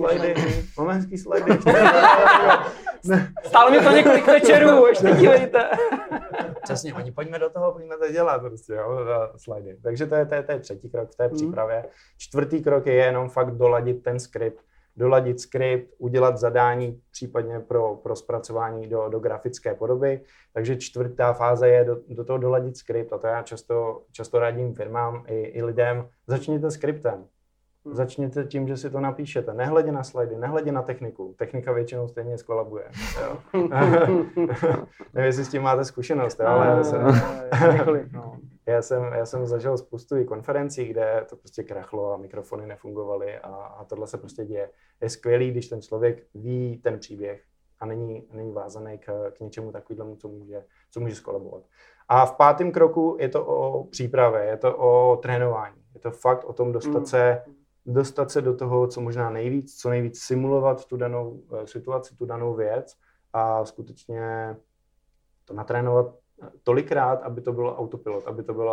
hezký slajdy. Stálo mi to několik večerů, ještě dívejte. Přesně, pojďme do toho, pojďme to dělat, prostě, jo, slajdy. Takže to je třetí krok v té přípravě. Čtvrtý krok je jenom fakt doladit ten skript, udělat zadání případně pro zpracování do grafické podoby. Takže čtvrtá fáze je do toho doladit skript a to já často radím firmám i lidem. Začněte skriptem. Začněte tím, že si to napíšete. Nehledě na slajdy, nehledě na techniku. Technika většinou stejně skolabuje. Nevím, jestli s tím máte zkušenost, jo, ale já jsem zažil spoustu i konferencí, kde to prostě krachlo a mikrofony nefungovaly a tohle se prostě děje. Je skvělý, když ten člověk ví ten příběh a není vázaný k něčemu takovému, co může skolabovat. A v 5. kroku je to o přípravě, je to o trénování. Je to fakt o tom dostat se do toho, co možná nejvíc, co nejvíc simulovat tu danou situaci, tu danou věc a skutečně to natrénovat tolikrát, aby to bylo autopilot, aby to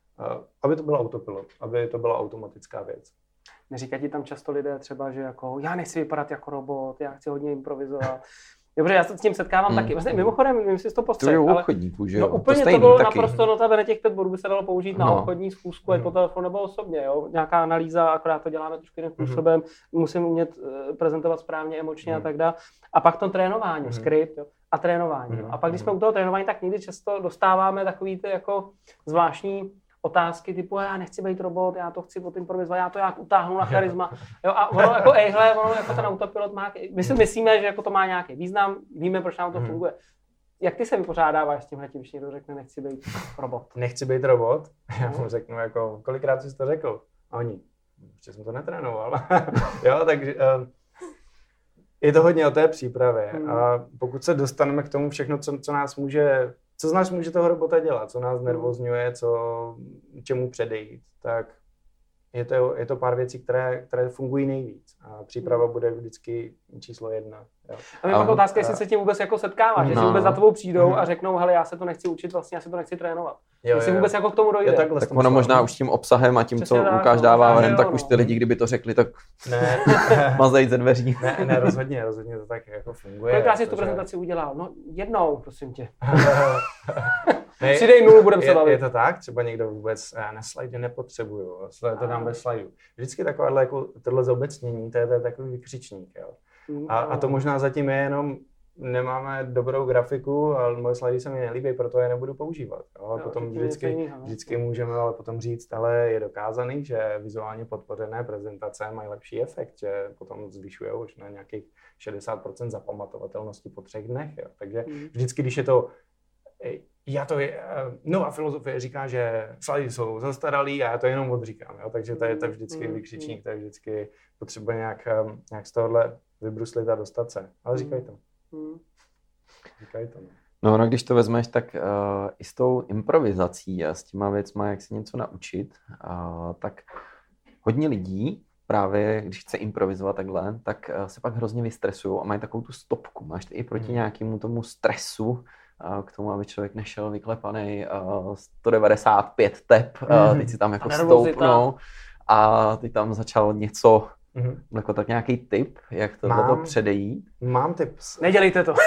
byla automatická věc. Neříkají ti tam často lidé třeba, že jako já nechci vypadat jako robot, já chci hodně improvizovat. Dobře, já se s tím setkávám taky. Vlastně mimochodem, nevím, jestli jsi to postřehl, ale obchodníků, že jo? No úplně to bylo taky. Naprosto notabene těch 5 bodů by se dalo použít na obchodní schůzku, ať po telefonu nebo osobně, jo? Nějaká analýza, akorát to děláme trošku jiným způsobem, musím umět prezentovat správně, emočně a tak dále. A pak to trénování, skript, jo? A trénování. A pak, když jsme u toho trénování, tak někdy často dostáváme takový ty jako zvláštní otázky typu, já nechci být robot, já to chci improvizovat, já to jak utáhnu na charisma. Jo, a ono jako ono jako ten autopilot má, my si myslíme, že jako to má nějaký význam, víme, proč nám to funguje. Jak ty se vypořádáváš s tímhle tím, když někdo řekne, nechci být robot? Nechci být robot? Já mu řeknu, jako, kolikrát jsi to řekl? A oni, ještě jsem to netrénoval. Jo, takže je to hodně o té přípravě. A pokud se dostaneme k tomu všechno, co z nás může toho robota dělat, co nás nervozňuje, čemu předejít, tak je to pár věcí, které fungují nejvíc. A příprava bude vždycky číslo 1. Jo. A mě pak otázka, jestli se tím vůbec jako setkáváš, jestli vůbec za tebou přijdou a řeknou, hele, já se to nechci učit, vlastně já se to nechci trénovat. Jestli vůbec jako k tomu dojde. Tak ono možná už tím obsahem a tím, co Lukáš dává ven, tak už ty lidi, kdyby to řekli, tak mazají ze dveří. Ne, rozhodně to tak jako funguje. Kolikrát jsi tu prezentaci udělal? No jednou, prosím tě. Přidej 0, budeme se bavit. Je to tak? Třeba někdo vůbec na slajdy nepotřebuju, to dám bez slajdu. Vždycky takovéhle jako tohle zobecnění, to je takový vykřičník. Jo. A to možná zatím je jenom nemáme dobrou grafiku a moje slidy se mi nelíbí, proto je nebudu používat. Jo? Potom vždycky můžeme ale potom říct, ale je dokázaný, že vizuálně podpořené prezentace mají lepší efekt, že potom zvyšují už na nějakých 60% zapamatovatelnosti po 3 dnech. Jo? Takže vždycky, když je to nová filozofie říká, že slidy jsou zastaralý a já to jenom odříkám. Jo? Takže to je to vždycky vykřičník, to je vždycky potřeba nějak z tohohle vybruslit a dostat se. Ale říkají to. Říkají to. No, když to vezmeš, tak i s tou improvizací a s těma věcma, jak se něco naučit, tak hodně lidí právě, když chce improvizovat takhle, tak se pak hrozně vystresují a mají takovou tu stopku. Máš to i proti nějakému tomu stresu, k tomu, aby člověk nešel vyklepaný 195 tep, teď si tam jako stoupnou a ty tam začal něco, jako tak nějaký tip, jak tohleto předejít. Mám tip. Nedělejte to.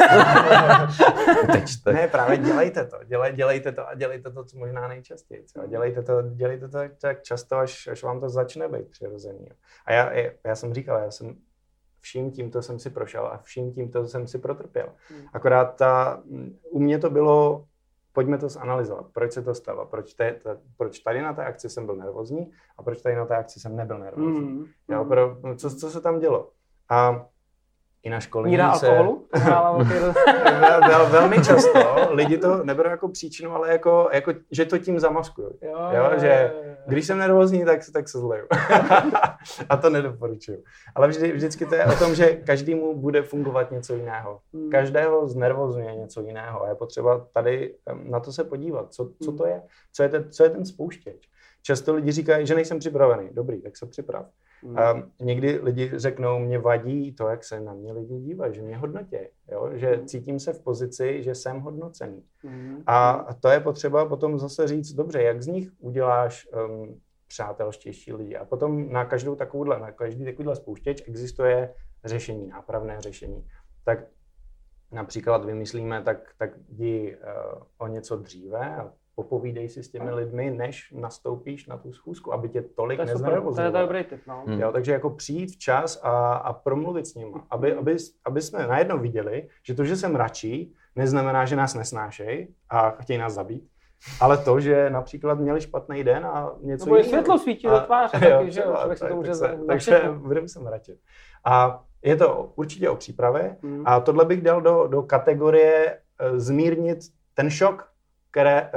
Ne, právě dělejte to. Dělejte to a dělejte to co možná nejčastěji. Dělejte to tak často, až vám to začne být přirozený. A já jsem říkal, já jsem vším tímto jsem si prošel a vším tímto jsem si protrpěl. Akorát u mě to bylo, pojďme to zanalyzovat, proč se to stalo, proč tady na té akci jsem byl nervózní a proč tady na té akci jsem nebyl nervózní. Co se tam dělo? A i na školení míra alkoholu? Velmi často lidi to neberou jako příčinu, ale jako že to tím zamaskují. Že když jsem nervózní, tak se zleju. A to nedoporučuju. Ale vždycky to je o tom, že každému bude fungovat něco jiného. Každého znervozňuje něco jiného. A je potřeba tady na to se podívat. Co to je? Co je ten spouštěč? Často lidi říkají, že nejsem připravený. Dobrý, tak se připrav. A někdy lidi řeknou, mě vadí to, jak se na mě lidi dívají, že mě hodnotí, jo? Že cítím se v pozici, že jsem hodnocený. A to je potřeba potom zase říct, dobře, jak z nich uděláš přátelštější lidi. A potom na každý takovýhle spouštěč existuje řešení, nápravné řešení. Tak například vymyslíme, tak jdi o něco dříve a popovídej si s těmi lidmi, než nastoupíš na tu schůzku, aby tě tolik neznervozňovalo. To je dobrý tip, no. Jo, takže jako přijít včas a promluvit s nimi, aby jsme najednou viděli, že to, že jsem radší, neznamená, že nás nesnášej a chtějí nás zabít, ale to, že například měli špatný den a něco jiného. Nebo světlo svítí do tváře, taky, že člověk se to může takže budeme se mračit. A je to určitě o přípravě a tohle bych dal do kategorie zmírnit ten šok, které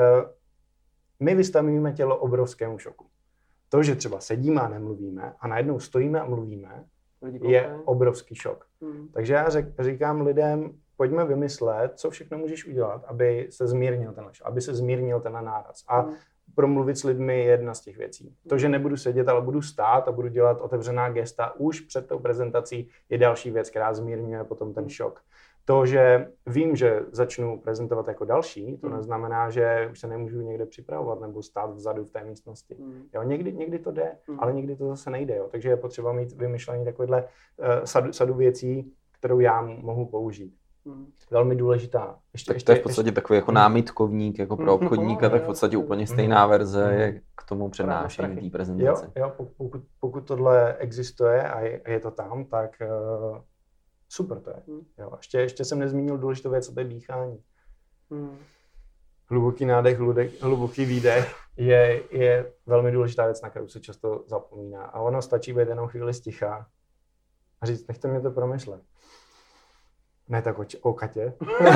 my vystavíme tělo obrovskému šoku. To, že třeba sedíme a nemluvíme a najednou stojíme a mluvíme, je obrovský šok. Takže já říkám lidem, pojďme vymyslet, co všechno můžeš udělat, aby se zmírnil ten šok, aby se zmírnil ten náraz. A promluvit s lidmi je jedna z těch věcí. To, že nebudu sedět, ale budu stát a budu dělat otevřená gesta už před tou prezentací, je další věc, která zmírňuje potom ten šok. To, že vím, že začnu prezentovat jako další, to neznamená, že už se nemůžu někde připravovat nebo stát vzadu v té místnosti. Jo, někdy to jde, ale někdy to zase nejde. Jo. Takže je potřeba mít vymyšlený takovýhle sadu věcí, kterou já mohu použít. Velmi důležitá. To je v podstatě takový jako námitkovník jako pro obchodníka, tak v podstatě úplně stejná verze je k tomu přednášení té prezentace. Jo, pokud tohle existuje a je to tam, tak super to je. Jo, ještě jsem nezmínil důležitou věc, to je dýchání. Hluboký nádech, hluboký výdech je velmi důležitá věc, na kterou se často zapomíná. A ono stačí být jenom chvíli sticha a říct, nechte mě to promyslet. Ne tak o Katě.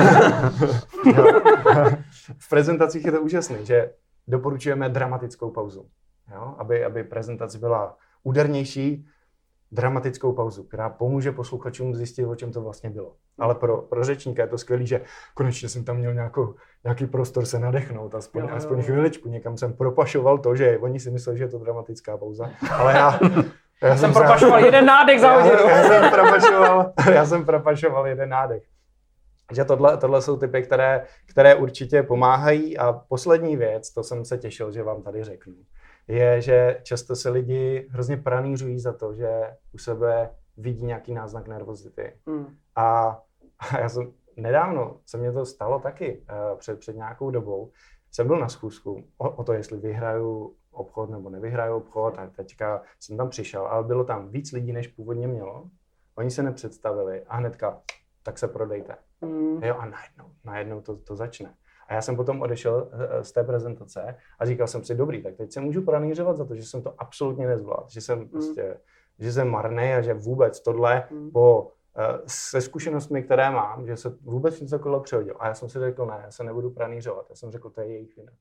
V prezentacích je to úžasné, že doporučujeme dramatickou pauzu. Jo? Aby prezentace byla údernější, dramatickou pauzu, která pomůže posluchačům zjistit, o čem to vlastně bylo. Ale pro řečníka je to skvělý, že konečně jsem tam měl nějaký prostor se nadechnout, aspoň chviličku. Někam jsem propašoval to, že oni si mysleli, že je to dramatická pauza, ale já jsem propašoval jeden nádech za hodinu. Já jsem propašoval jeden nádech. Že tohle jsou typy, které určitě pomáhají. A poslední věc, to jsem se těšil, že vám tady řeknu, je, že často se lidi hrozně pranířují za to, že u sebe vidí nějaký náznak nervozity. A nedávno se mně to stalo taky, před nějakou dobou. Jsem byl na schůzku o to, jestli vyhraju obchod nebo nevyhraju obchod, a teďka jsem tam přišel, ale bylo tam víc lidí, než původně mělo. Oni se nepředstavili a hnedka tak se prodejte. Jo, a najednou to začne. A já jsem potom odešel z té prezentace a říkal jsem si, dobrý, tak teď se můžu pranířovat za to, že jsem to absolutně nezvládl, že jsem že jsem marnej a že vůbec tohle se zkušenostmi, které mám, že se vůbec něco kolo přehodil. A já jsem si řekl, ne, já se nebudu pranířovat. Já jsem řekl, to je jejich vina.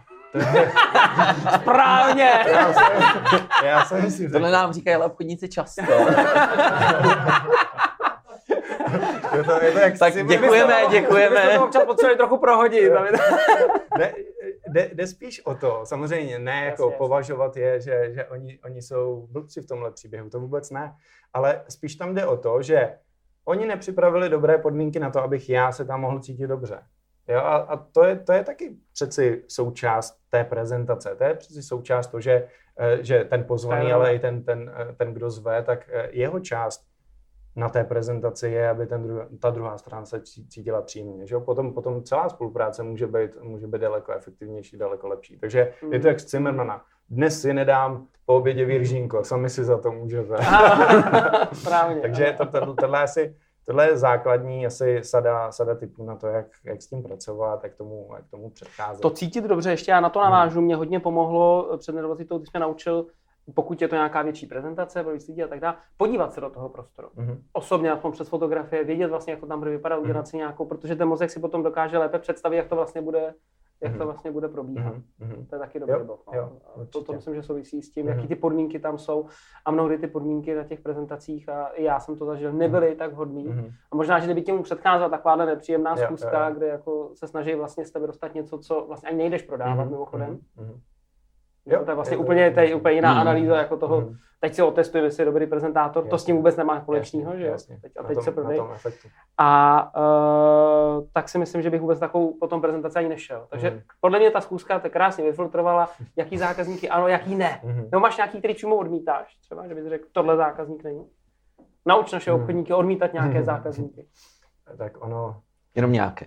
Správně! Já jsem si řekl. Tohle nám říkají ale obchodníci často. Je to jak tak děkujeme. My jsme to občas potřebovali trochu prohodit. Jde spíš o to, samozřejmě ne jako považovat je, že oni jsou blbci v tomhle příběhu, to vůbec ne, ale spíš tam jde o to, že oni nepřipravili dobré podmínky na to, abych já se tam mohl cítit dobře. Jo, a to je taky přeci součást té prezentace, to je přeci součást toho, že ten pozvaný, ale i ten kdo zve, tak jeho část na té prezentaci je, aby ta druhá strana se cítila příjemně. Že? Potom celá spolupráce může být daleko efektivnější, daleko lepší. Takže je to jak z Zimmermana. Dnes si nedám po obědě viržínko, sami si za to můžete. Správně. Takže tohle je základní asi sada tipů na to, jak s tím pracovat, jak tomu předcházet. To cítit dobře, ještě já na to navážu, mě hodně pomohlo před nedovazitkou, když mě naučil, pokud je to nějaká větší prezentace, pro víc lidí a tak dále, podívat se do toho prostoru. Osobně na tom přes fotografie, vědět vlastně, jak to tam bude vypadat, udělat si nějakou, protože ten mozek si potom dokáže lépe představit, jak to vlastně bude probíhat. To je taky dobrý bod. To myslím, že souvisí s tím, jaký ty podmínky tam jsou a mnohdy ty podmínky na těch prezentacích, a i já jsem to zažil, nebyly tak vhodný. A možná, že kdyby těmu předcházela takováhle nepříjemná zkuska, kde jako se snaží vlastně z tebe dostat něco, co vlastně ani nejdeš prodávat mimochodem. Jo, to je vlastně úplně jiná analýza jako toho, teď si otestuj, jestli je dobrý prezentátor, to s tím vůbec nemá společného, že jo? Teď se prodej. A tak si myslím, že bych vůbec takovou potom prezentaci ani nešel. Takže podle mě ta schůzka to krásně vyfiltrovala, jaký zákazníky ano, jaký ne. Nebo máš nějaký, který přímo odmítáš, třeba, že bys řekl, tohle zákazník není. Nauč naše obchodníky odmítat nějaké zákazníky. Tak ono... Jenom nějaké.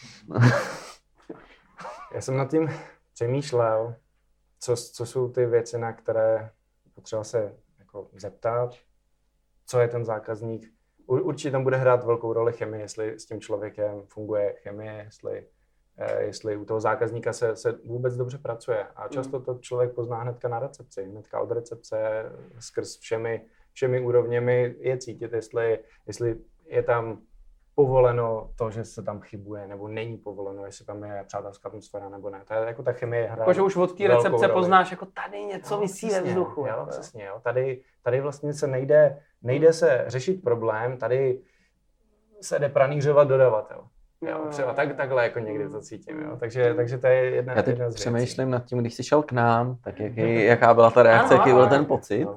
Já jsem nad tím přemýšlel, co jsou ty věci, na které potřeba se jako zeptat, co je ten zákazník. Určitě tam bude hrát velkou roli chemie, jestli s tím člověkem funguje chemie, jestli u toho zákazníka se vůbec dobře pracuje. A často to člověk pozná hnedka na recepci, hnedka od recepce, skrz všemi úrovněmi je cítit, jestli je tam povoleno to, že se tam chybuje, nebo není povoleno, jestli tam je přátelská atmosféra, nebo ne. To je jako ta chemie hra. Jakože už od té recepce poznáš, jako tady něco visí ve vzduchu. Jo, přesně, jo. Tady vlastně se nejde se řešit problém, tady se jde pranířovat dodavatel. Jo, třeba takhle jako někdy to cítím. Jo. Takže to je jedna z věcí. Já teď přemýšlím nad tím, když jsi šel k nám, tak jaká byla ta reakce, jaký byl ten pocit.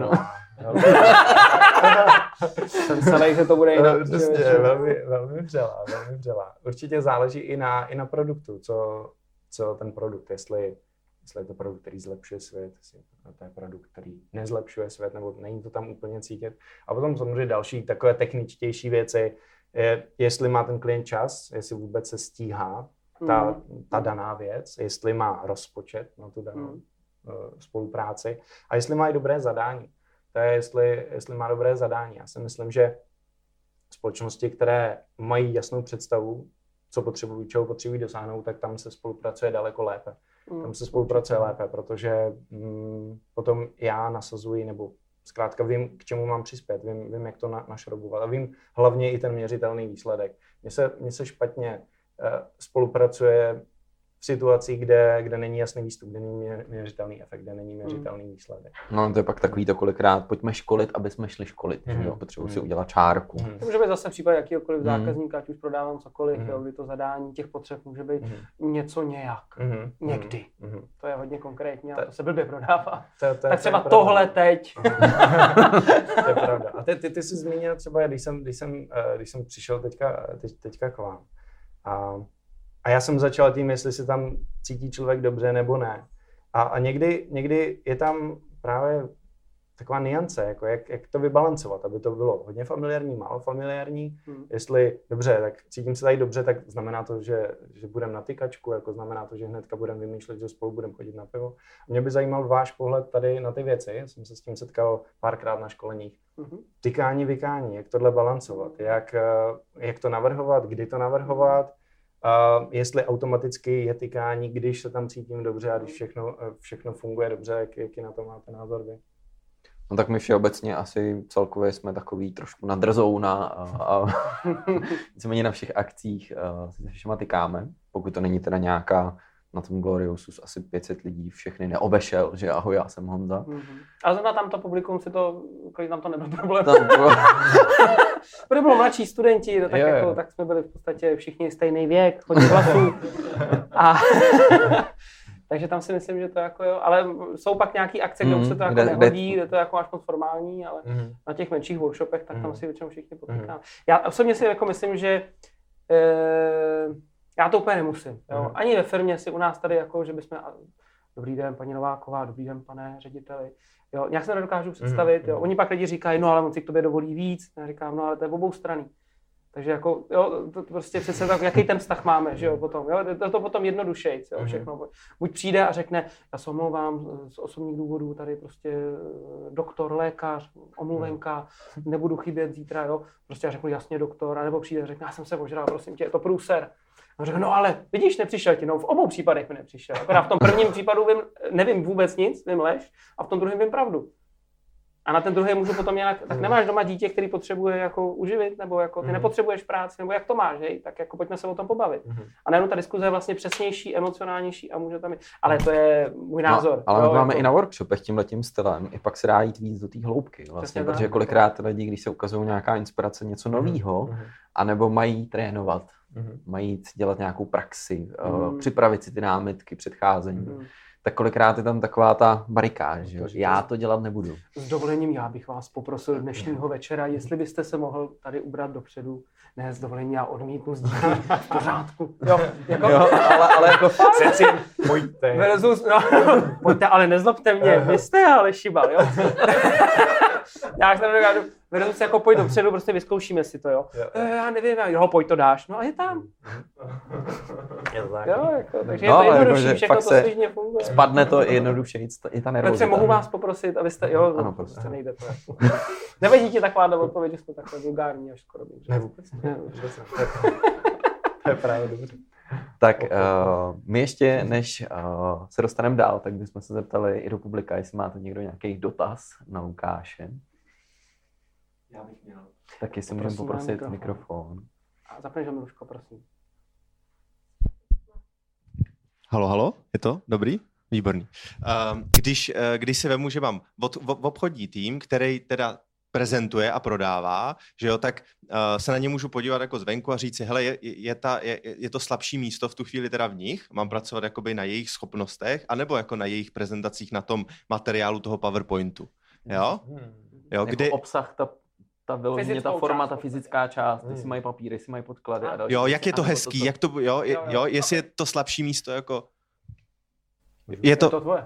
Jsem celý, že to bude jinak. Velmi vřelá. Určitě záleží i na produktu, co ten produkt, jestli je to produkt, který zlepšuje svět, jestli to je produkt, který nezlepšuje svět, nebo není to tam úplně cítit. A potom samozřejmě další takové techničtější věci, jestli má ten klient čas, jestli vůbec se stíhá ta daná věc, jestli má rozpočet na tu danou spolupráci a jestli má i dobré zadání. To je, jestli má dobré zadání. Já si myslím, že společnosti, které mají jasnou představu, čeho potřebují dosáhnout, tak tam se spolupracuje daleko lépe. Tam se spolupracuje lépe, protože potom já nasazuji, nebo zkrátka vím, k čemu mám přispět, vím jak to našroubovat a vím hlavně i ten měřitelný výsledek. Mně se špatně spolupracuje v situacích, kde není jasný výstup, kde není měřitelný efekt, kde není měřitelný výsledek. No to je pak takový to kolikrát, pojďme školit, aby jsme šli školit, že jo, potřebuji si udělat čárku. To může být zase případ jakýkoliv zákazníka, ať už prodávám cokoliv, kdy to zadání těch potřeb může být něco nějak, někdy. To je hodně konkrétní a to se blbě prodává. Tak třeba tohle teď. To je pravda. A ty jsi zmínil třeba, když jsem přišel teďka k vám. A já jsem začal tím, jestli se tam cítí člověk dobře nebo ne. A někdy je tam právě taková niance, jako jak to vybalancovat, aby to bylo hodně familiární, málo familiární. Jestli dobře, tak cítím se tady dobře, tak znamená to, že budeme na tykačku, jako znamená to, že hnedka budeme vymýšlet, že spolu budeme chodit na pivo. Mě by zajímal váš pohled tady na ty věci. Já jsem se s tím setkal párkrát na školeních. Tykání, vykání, jak tohle balancovat, jak to navrhovat, kdy to navrhovat, jestli automaticky je tykání, když se tam cítím dobře a když všechno funguje dobře, jaký na to máte názor vy? No tak my všeobecně asi celkově jsme takový trošku na drzouna a nicméně na všech akcích se všema tykáme, pokud to není teda nějaká na tom Gloriousu asi 500 lidí všechny neobešel, že ahoj, já jsem Honza. Ale zrovna tam to publikum si to, kolik tam to nebyl problém. Protože bylo mladší studenti, tak, tak jsme byli v podstatě všichni stejný věk, hodně hlasů. Takže tam si myslím, že to jako jo, ale jsou pak nějaký akce, kde už se to jako nehodí, kde to je jako až moc formální, ale na těch menších workshopech, tak tam si většinou všichni potýkáme. Já osobně si jako myslím, že já to úplně nemusím. Jo. Ani ve firmě si u nás tady, jako, že bychom... Dobrý den, paní Nováková, dobrý den, pane řediteli. Jo, nějak se nedokážu představit. Jo. Oni pak lidi říkají, no ale on si k tobě dovolí víc. Já říkám, no ale to je obou strany. Takže jako, jo, to prostě přece tak, jaký ten vztah máme, že jo, potom. Jo, to potom jednodušejc, jo, všechno. Buď přijde a řekne, já se omlouvám z osobních důvodů, tady prostě doktor, lékař, omluvenka, nebudu chybět zítra, jo. Prostě já řeknu jasně doktor, anebo přijde a řekne, já jsem se ožral, prosím tě, je to průser. A řekl, no ale vidíš, nepřišel ti, no v obou případech mi nepřišel. Akorát v tom prvním případu nevím vůbec nic, vím lež, a v tom druhém vím pravdu. A na ten druhý můžu potom nějak, tak nemáš doma dítě, který potřebuje jako uživit, nebo jako ty nepotřebuješ práci, nebo jak to máš, hej? Tak jako pojďme se o tom pobavit. A najednou ta diskuze je vlastně přesnější, emocionálnější a může tam být, ale to je můj názor. No, ale my máme i na workshopech tímhletím stylem, i pak se dá jít víc do té hloubky, vlastně, protože kolikrát lidi, když se ukazují nějaká inspirace, něco novýho, anebo mají trénovat, mají dělat nějakou praxi, připravit si ty námitky, předcházení. Tak kolikrát je tam taková ta barikáž, že já to dělat nebudu. S dovolením já bych vás poprosil dnešního večera, jestli byste se mohl tady ubrat dopředu. Ne, s dovolením já odmítnu sdílet v pořádku. Jo, ale jako přeci pojďte. Versus, no, pojďte, ale nezlobte mě, vy jste ale šibal, jo. Já se nedokážu, versus jako pojď dopředu, prostě vyzkoušíme si to, jo. Já nevím, jo, pojď to dáš, no a je tam. Jo, jako, takže je to jednodušší, jako, všechno to svižně funguje. Spadne to jednodušeji, i ta nervozita. Protože mohu vás poprosit, abyste, jo, ano, prostě nejde to. Nevadí ti taková odpověď, že jsme takhle vulgární až skoro bych. Ne, vůbec ne. To je právě dobře. Tak my ještě, než se dostaneme dál, tak bychom se zeptali i do publika, jestli máte někdo nějaký dotaz na Lukáše. Já bych měl. Tak jestli můžeme poprosit mikrofon. A zapneš ho, Miluško, prosím. Halo, je to? Dobrý? Výborný. Když si vemu, že mám obchodní tým, který teda prezentuje a prodává, že jo, tak se na ně můžu podívat jako zvenku a říct si, hele, je to slabší místo v tu chvíli teda v nich, mám pracovat jakoby na jejich schopnostech, anebo jako na jejich prezentacích na tom materiálu toho PowerPointu, jo? Jako kde obsah, ta vyloženě, ta forma, ta fyzická část, jestli mají papíry, jestli mají podklady a další. Jo, jak je to hezký, jak to, jo, jestli je to slabší místo, jako... Je to tvoje.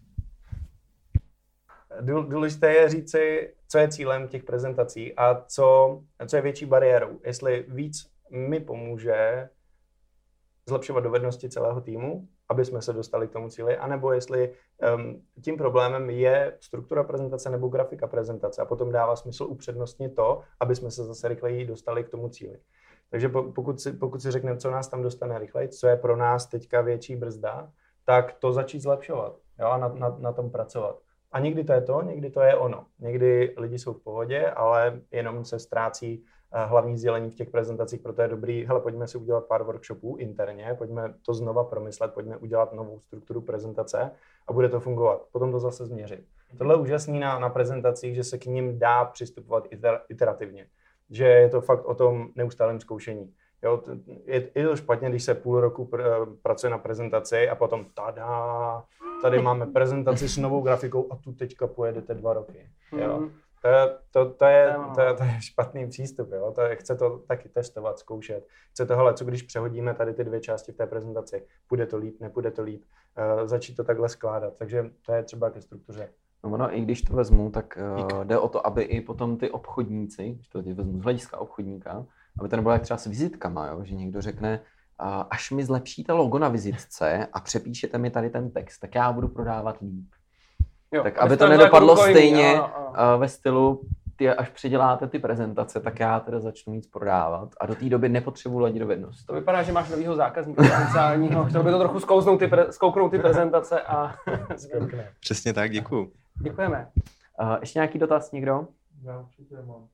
Důležité je říci, co je cílem těch prezentací a co je větší bariérou. Jestli víc mi pomůže zlepšovat dovednosti celého týmu, aby jsme se dostali k tomu cíli, anebo jestli tím problémem je struktura prezentace nebo grafika prezentace a potom dává smysl upřednostnit to, aby jsme se zase rychleji dostali k tomu cíli. Takže pokud si řekneme, co nás tam dostane rychleji, co je pro nás teďka větší brzda, tak to začít zlepšovat, jo, a na tom pracovat. A někdy to je to, někdy to je ono. Někdy lidi jsou v pohodě, ale jenom se ztrácí hlavní sdělení v těch prezentacích, proto je dobrý, hele, pojďme si udělat pár workshopů interně, pojďme to znova promyslet, pojďme udělat novou strukturu prezentace a bude to fungovat. Potom to zase změřit. Tohle je úžasný na prezentacích, že se k ním dá přistupovat iterativně. Že je to fakt o tom neustálém zkoušení. Jo, je to špatně, když se půl roku pracuje na prezentaci a potom tady máme prezentaci s novou grafikou a tu teďka pojedete 2 roky. Jo. To je špatný přístup. Jo. Chce to taky testovat, zkoušet. Chce to, hele, co když přehodíme tady ty 2 části v té prezentaci. Půjde to líp, nepůjde to líp. Začít to takhle skládat. Takže to je třeba ke struktuře. No, no, i když to vezmu, tak jde o to, aby i potom ty obchodníci, když to vezmu z hlediska obchodníka, aby to nebylo jak třeba s vizitkama, jo? Že někdo řekne, až mi zlepšíte logo na vizitce a přepíšete mi tady ten text, tak já budu prodávat líp. Jo, tak aby to nedopadlo stejně ve stylu, ty až předěláte ty prezentace, tak já teda začnu víc prodávat a do té doby nepotřebuji lidi dovednost. To vypadá, že máš novýho zákazníka potenciálního, chtěl by to trochu zkouknout ty prezentace a... Přesně tak, děkuju. Děkujeme. Ještě nějaký dotaz někdo? Já určitě mám.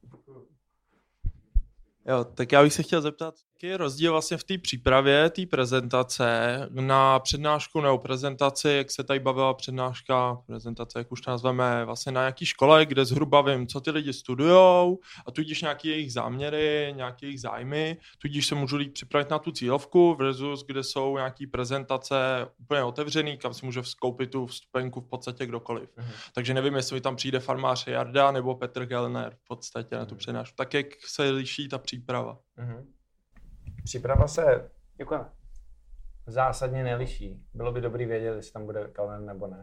Jo, tak já bych se chtěl zeptat, jaký je rozdíl vlastně v té přípravě, té prezentace na přednášku nebo prezentaci, jak se tady bavila přednáška, prezentace, jak už to nazveme, vlastně na nějaký škole, kde zhruba vím, co ty lidi studujou a tudíž nějaké jejich záměry, nějaké jejich zájmy, tudíž se můžu líp připravit na tu cílovku versus kde jsou nějaké prezentace úplně otevřený, kam si může vstoupit tu vstupenku v podstatě kdokoliv. Takže nevím, jestli mi tam přijde farmář Jarda nebo Petr Kellner v podstatě na tu přednášku. Tak jak se liší ta příprava? Příprava se Děkujeme. zásadně neliší. Bylo by dobrý vědět, jestli tam bude Kellner nebo ne.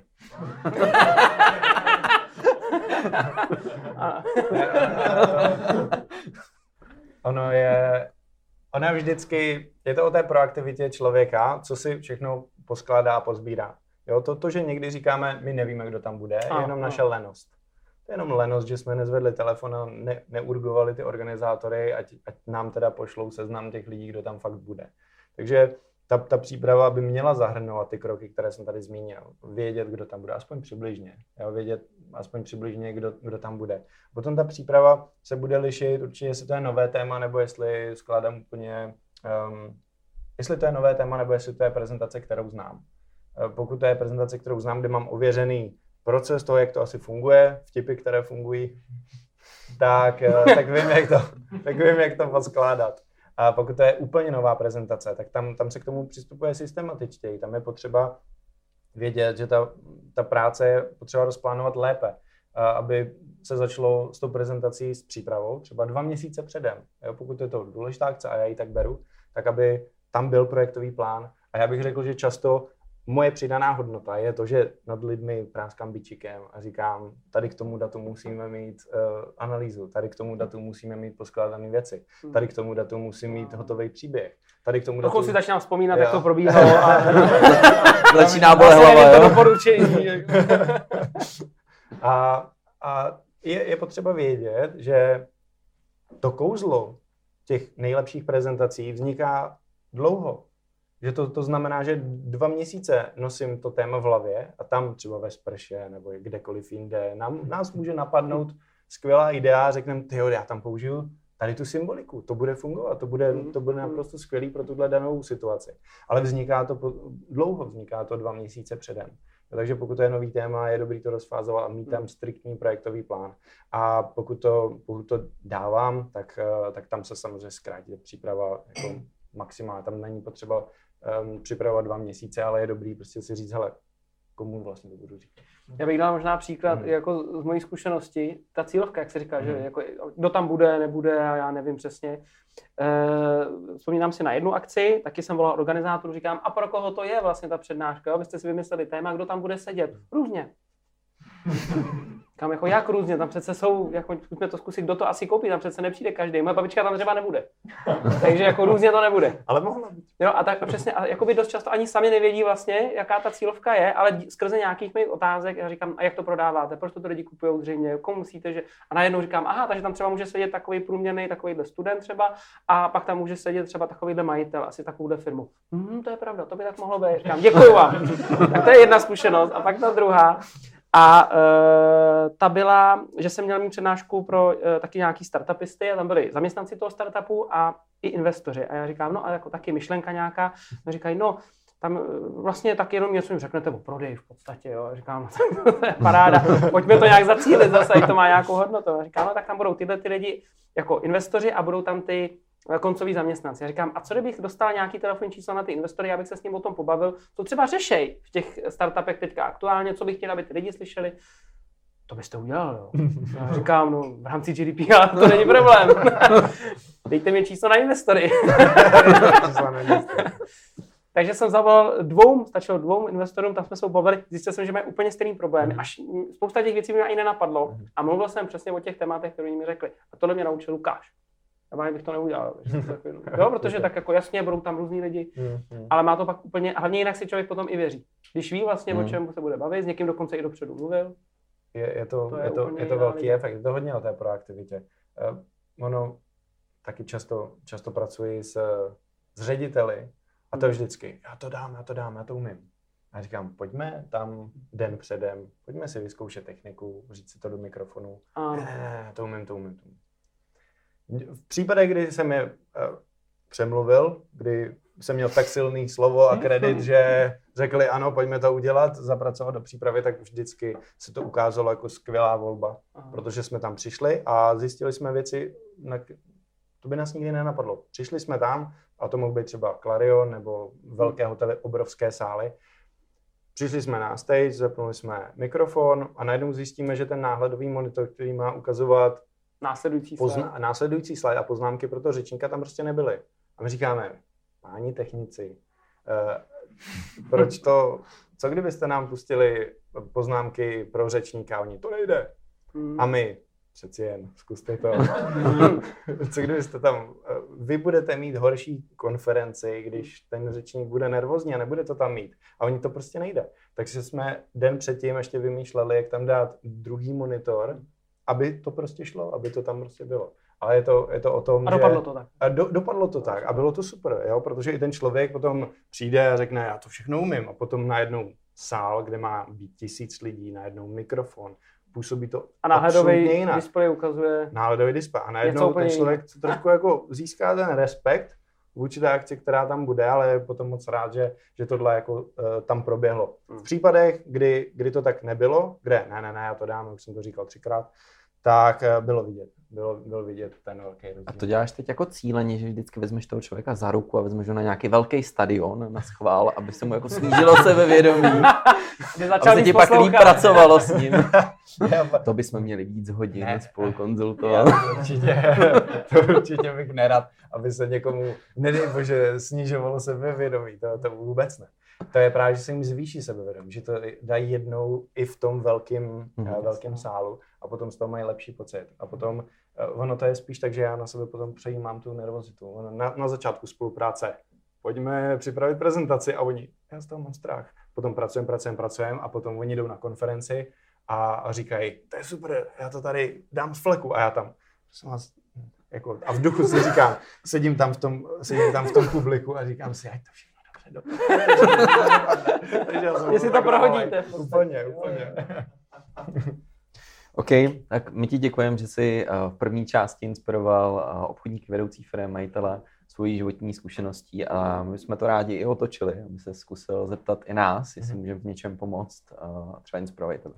Ono je vždycky, je to o té proaktivitě člověka, co si všechno poskládá a pozbírá. Jo, to, že někdy říkáme, my nevíme, kdo tam bude, je jenom naše lenost. To je jenom lenost, že jsme nezvedli telefon a neurgovali ty organizátory, ať nám teda pošlou seznam těch lidí, kdo tam fakt bude. Takže ta příprava by měla zahrnovat ty kroky, které jsem tady zmínil. Vědět, kdo tam bude, aspoň přibližně. Jo? Vědět aspoň přibližně, kdo tam bude. Potom ta příprava se bude lišit určitě, jestli to je nové téma, nebo jestli skládám úplně... jestli to je nové téma, nebo jestli to je prezentace, kterou znám. Pokud to je prezentace, kterou znám, kde mám ověřený proces toho, jak to asi funguje, vtipy, které fungují, tak vím, jak to poskládat. A pokud to je úplně nová prezentace, tak tam se k tomu přistupuje systematičtěji. Tam je potřeba vědět, že ta práce je potřeba rozplánovat lépe, aby se začalo s tou prezentací s přípravou třeba 2 měsíce předem. Jo, pokud je to důležitá akce a já ji tak beru, tak aby tam byl projektový plán. A já bych řekl, že často moje přidaná hodnota je to, že nad lidmi práskám bičíkem a říkám, tady k tomu datu musíme mít analýzu, tady k tomu datu musíme mít poskládané věci, tady k tomu datu musím mít hotový příběh, tady k tomu datu... si začínám vzpomínat, jak to probíhalo a... Začíná bolet hlava, jo? Doporučení. A je potřeba vědět, že to kouzlo těch nejlepších prezentací vzniká dlouho. Že to znamená, že 2 měsíce nosím to téma v hlavě a tam třeba ve sprše nebo kdekoliv jinde nás může napadnout skvělá idea a řekneme, tyjo, já tam použiju tady tu symboliku, to bude fungovat, to bude naprosto skvělý pro tuhle danou situaci. Ale vzniká to dlouho, vzniká to 2 měsíce předem. Takže pokud to je nový téma, je dobrý to rozfázovat a mít tam striktní projektový plán. A pokud to dávám, tak tam se samozřejmě zkrátí příprava jako maximálně. Tam není potřeba připravovat 2 měsíce, ale je dobrý prostě si říct, hele, komu vlastně to budu říkat. Já bych dal možná příklad jako z mojí zkušenosti. Ta cílovka, jak se říká, že jako, kdo tam bude, nebude, a já nevím přesně. Vzpomínám si na jednu akci, taky jsem volal organizátoru, říkám, a pro koho to je vlastně ta přednáška? Abyste si vymysleli téma, kdo tam bude sedět. Různě. Kam jako jak různě, tam přece jsou, jako zkusme to zkusit, kdo to asi koupí, tam přece nepřijde každý, moje babička tam třeba nebude. Takže jako různě to nebude. Ale mohla být. Jo, a tak přesně, a jakoby dost často ani sami nevědí vlastně, jaká ta cílovka je, ale skrze nějakých mých otázek já říkám, a jak to prodáváte, proč to lidi kupují zřejmě, komu musíte, že... A najednou říkám, aha, takže tam třeba může sedět takový průměrný, takovýhle student třeba, a pak tam může sedět třeba takovýhle majitel, asi takovouhle firmu. To je pravda, to by tak mohlo být. Říkám, děkuju vám. Tak to je jedna zkušenost, a pak ta druhá. A ta byla, že jsem měl mít přednášku pro taky nějaký startupisty a tam byli zaměstnanci toho startupu a i investoři. A já říkám, no a jako taky myšlenka nějaká. A říkají, no tam vlastně tak jenom něco jim řeknete o prodeji v podstatě. Jo. A říkám, no to je paráda, pojďme to nějak zacílit zase, ať to má nějakou hodnotu. A říkám, no tak tam budou tyhle ty lidi jako investoři a budou tam ty koncoví zaměstnanci. Já říkám, a co kdybych dostal nějaký telefonní číslo na ty investory, abych se s ním o tom pobavil, co třeba řešej v těch startupech teďka aktuálně, co bych chtěl, aby ty lidi slyšeli. To byste udělal, jo. Já říkám, no v rámci GDPR to není problém. Dejte mi číslo na investory. Takže jsem stačilo dvou investorům, tam jsme se pobavili, zjistil jsem, že mají úplně stejný problémy. Až spousta těch věcí mi ani nenapadlo. A mluvil jsem přesně o těch tématech, které mi řekli. A tohle mě naučil Lukáš. Já bych to neudělal. Jo, protože tak jako jasně, budou tam různý lidi, ale má to pak úplně, hlavně jinak si člověk potom i věří. Když ví vlastně, o čem se bude bavit, s někým dokonce i dopředu mluvil. Je to velký efekt, je to hodně o té proaktivitě. Ono taky často pracuji s řediteli a to vždycky, já to umím. A říkám, pojďme tam den předem, pojďme si vyzkoušet techniku, říct si to do mikrofonu. Ne, to umím. V případech, kdy jsem je přemluvil, kdy jsem měl tak silný slovo a kredit, že řekli ano, pojďme to udělat, zapracovat do přípravy, tak vždycky se to ukázalo jako skvělá volba, protože jsme tam přišli a zjistili jsme věci, to by nás nikdy nenapadlo. Přišli jsme tam, a to mohl být třeba Clarion nebo velké hotely, obrovské sály. Přišli jsme na stage, zapnuli jsme mikrofon a najednou zjistíme, že ten náhledový monitor, který má ukazovat následující slide a poznámky pro toho řečníka, tam prostě nebyly. A my říkáme, páni technici, co kdybyste nám pustili poznámky pro řečníka, oni to nejde. A my, přeci jen, zkuste to. Co kdybyste tam, vy budete mít horší konferenci, když ten řečník bude nervózní a nebude to tam mít. A oni to prostě nejde. Takže jsme den předtím ještě vymýšleli, jak tam dát druhý monitor, aby to prostě šlo, aby to tam prostě bylo. Ale je to o tom, a dopadlo to tak. Dopadlo to tak a bylo to super, jo? Protože i ten člověk potom přijde a řekne, já to všechno umím a potom najednou sál, kde má být 1000 lidí, najednou mikrofon, působí to a náhledový displej ukazuje. Náhledový displej a najednou ten člověk trošku jako získá ten respekt vůči té akci, která tam bude, ale je potom moc rád, že tohle jako tam proběhlo. V případech, kdy to tak nebylo, ne, já to dám, už jsem to říkal 3krát, tak bylo vidět ten velký rozdíl. A to děláš teď jako cíleně, že vždycky vezmeš toho člověka za ruku a vezmeš ho na nějaký velký stadion na schvál, aby se mu jako snížilo sebevědomí, aby se ti pak líp pracovalo s ním. To bychom měli víc hodin spolu konzultovat. To určitě bych nerad, aby se někomu, nedej bože, snižovalo sebevědomí, to vůbec ne. To je právě, že se jim zvýší sebevědomí, že to dají jednou i v tom velkém sálu a potom z toho mají lepší pocit. A potom ono to je spíš tak, že já na sebe potom přejímám tu nervozitu. Na začátku spolupráce pojďme připravit prezentaci a oni, já z toho mám strach. Potom pracujeme a potom oni jdou na konferenci a říkají, to je super, já to tady dám z fleku a já tam, jako, a v duchu si říkám, sedím tam v tom publiku a říkám si, ať to všechno Jestli to prohodíte. Úplně. OK, tak my ti děkujeme, že jsi v první části inspiroval obchodníky, vedoucí firem, majitele svojí životní zkušeností a my jsme to rádi i otočili, aby se zkusil zeptat i nás, jestli můžeme v něčem pomoct a třeba inspirovat tebe.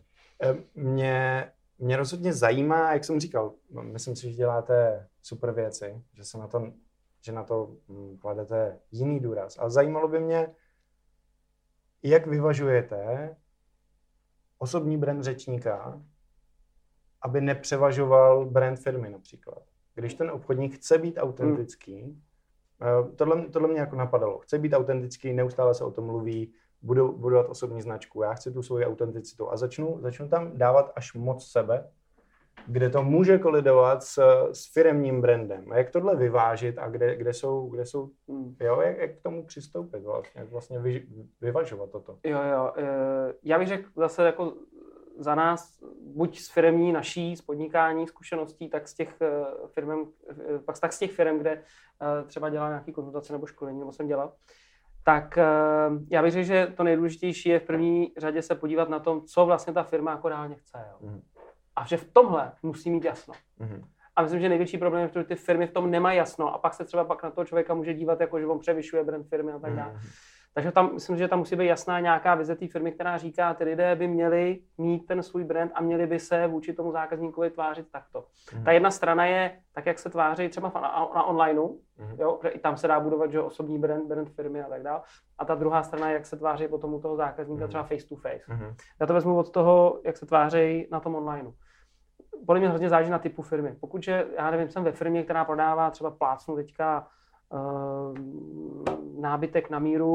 Mě rozhodně zajímá, jak jsem říkal, myslím si, že děláte super věci, že na to kladete jiný důraz. A zajímalo by mě, jak vyvažujete osobní brand řečníka, aby nepřevažoval brand firmy například. Když ten obchodník chce být autentický, tohle mě jako napadalo, chce být autentický, neustále se o tom mluví, budu budovat osobní značku, já chci tu svoji autenticitu a začnu tam dávat až moc sebe, kde to může kolidovat s firemním brandem. A jak tohle vyvážit a kde jsou jo, jak k tomu přistoupit vlastně, jak vlastně vyvažovat toto. Jo, já bych řekl zase jako za nás, buď z firemní naší, z podnikání, zkušeností, tak z těch firem, kde třeba dělám nějaký konzultace nebo školení, nebo jsem dělal, tak já bych řekl, že to nejdůležitější je v první řadě se podívat na tom, co vlastně ta firma jako reálně chce. Jo. A že v tomhle musí mít jasno. A myslím, že největší problém je, že ty firmy v tom nemají jasno a pak se třeba pak na toho člověka může dívat, jako že on převyšuje brand firmy a tak dále. Takže tam myslím, že tam musí být jasná nějaká vize té firmy, která říká, ty lidé by měli mít ten svůj brand a měli by se vůči tomu zákazníkovi tvářit takto. Ta jedna strana je tak, jak se tváří třeba na onlineu, jo, že i tam se dá budovat, že osobní brand firmy a tak dále. A ta druhá strana je, jak se tváří potom u toho zákazníka třeba face to face. Já to vezmu od toho, jak se tváří na tom onlineu. Podle mě hrozně záleží na typu firmy. Pokud, že, já nevím, jsem ve firmě, která prodává třeba plácnu teďka nábytek na míru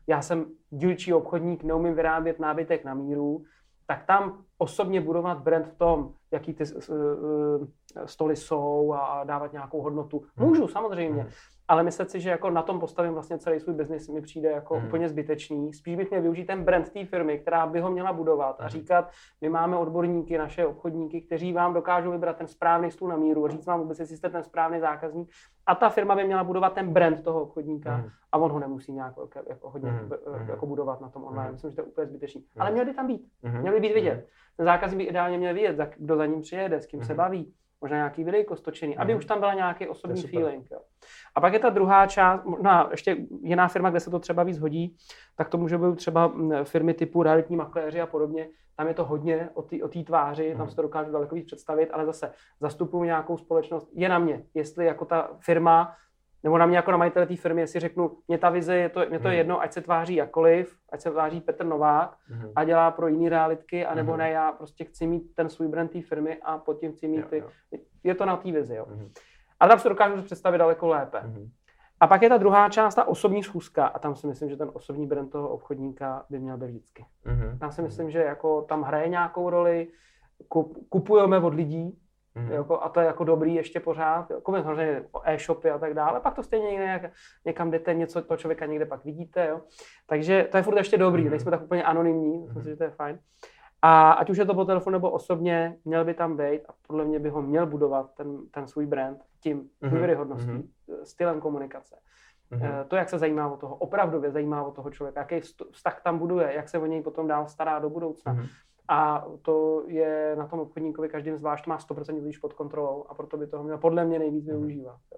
já jsem dílčí obchodník, neumím vyrábět nábytek na míru, tak tam osobně budovat brand v tom, jaký ty stoly jsou a dávat nějakou hodnotu. Můžu, samozřejmě. Ale myslet si, že jako na tom postavím vlastně celý svůj biznis, mi přijde jako úplně zbytečný. Spíš bych měl využít ten brand té firmy, která by ho měla budovat a říkat, my máme odborníky, naše obchodníky, kteří vám dokážou vybrat ten správný stůl na míru a říct vám vůbec, jestli jste ten správný zákazník. A ta firma by měla budovat ten brand toho obchodníka a on ho nemusí nějak jako hodně jako budovat na tom online. Myslím, že to je úplně zbytečný. Ale měl by tam být. Měl by být vidět. Ten zákazník by ideálně měl vidět, kdo za ním přijede, s kým se baví. Možná nějaký videjko stočený, aby už tam byla nějaký osobní feeling. Jo. A pak je ta druhá část, no ještě jiná firma, kde se to třeba víc hodí, tak to může být třeba firmy typu realitní makléři a podobně. Tam je to hodně o té tváři, tam se to dokážu daleko víc představit, ale zase zastupuju nějakou společnost. Je na mě, jestli jako ta firma, nebo na mě jako na majitele té firmy, jestli řeknu, mě ta vize, mě to je jedno, ať se tváří jakkoliv, ať se tváří Petr Novák a dělá pro jiný realitky, anebo ne, já prostě chci mít ten svůj brand té firmy a pod tím chci mít je to na té vizi, jo. Ale tam se dokážu představit daleko lépe. A pak je ta druhá část, ta osobní schůzka a tam si myslím, že ten osobní brand toho obchodníka by měl být vždycky. Tam si myslím, že jako tam hraje nějakou roli, kupujeme od lidí, jako, a to je jako dobrý ještě pořád, jako samozřejmě e-shopy a tak dále, pak to stejně někam jdete, něco toho člověka někde pak vidíte, jo. Takže to je furt ještě dobrý, nejsme tak úplně anonymní, myslím si, že to je fajn. A ať už je to po telefonu nebo osobně, měl by tam být a podle mě by ho měl budovat ten svůj brand tím důvěryhodností, stylem komunikace. To, jak se zajímá o toho, opravdově zajímá o toho člověka, jaký vztah tam buduje, jak se o něj potom dál stará do budoucna. A to je na tom obchodníkovi každým zvlášť má 100% lidí pod kontrolou a proto by toho měl podle mě nejvíc využívat. Jo.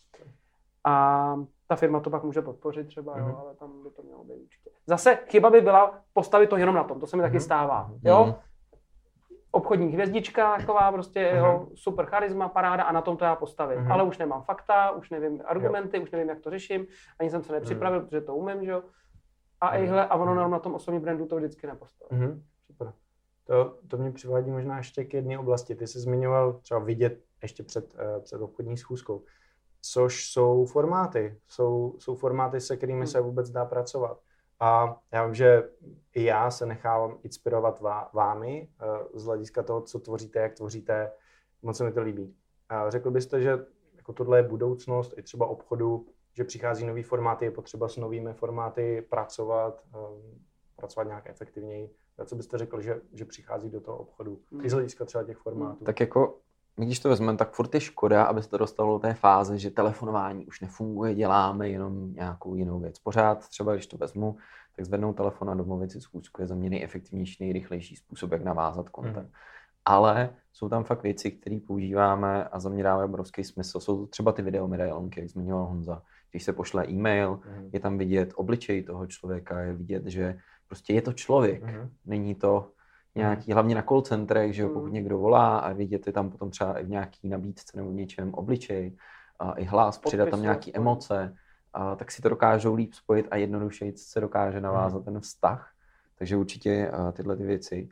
A ta firma to pak může podpořit třeba, jo, ale tam by to mělo být určitě. Zase chyba by byla postavit to jenom na tom, to se mi taky stává. Jo? Obchodník hvězdička, taková prostě jo, super charisma, paráda a na tom to já postavím. Ale už nemám fakta, už nevím argumenty, už nevím, jak to řeším, ani jsem se nepřipravil, protože to umím, že jo. A ono na tom osobním brandu to vždycky nepostaví. Super. To mě přivádí možná ještě k jedné oblasti. Ty jsi zmiňoval třeba vidět ještě před obchodní schůzkou, což jsou formáty. Jsou formáty, se kterými se vůbec dá pracovat. A já vím, že i já se nechávám inspirovat vámi z hlediska toho, co tvoříte, jak tvoříte. Moc se mi to líbí. A řekl byste, že jako tohle je budoucnost i třeba obchodu, že přichází nový formáty, je potřeba s novými formáty pracovat nějak efektivněji. A co byste řekl, že přichází do toho obchodu? I z hlediska třeba těch formátů. Tak jako, když to vezmeme, tak furt je škoda, aby se to dostalo do té fáze, že telefonování už nefunguje, děláme jenom nějakou jinou věc. Pořád třeba, když to vezmu, tak zvednout telefon a domluvit si schůzku je za mě nejefektivnější, nejrychlejší způsob, jak navázat kontakt. Ale jsou tam fakt věci, které používáme a za mě dávají obrovský smysl. Jsou to třeba ty videomedailonky, jak zmiňoval Honza. Když se pošle e-mail, je tam vidět obličej toho člověka, je vidět, že prostě je to člověk. Není to nějaký, hlavně na call centrech, že jo, pokud někdo volá a vidět je tam potom třeba i v nějaký nabídce nebo v něčem obličej, a i hlas, přidat tam nějaké emoce, tak si to dokážou líp spojit a jednodušeji se dokáže navázat ten vztah. Takže určitě tyhle ty věci.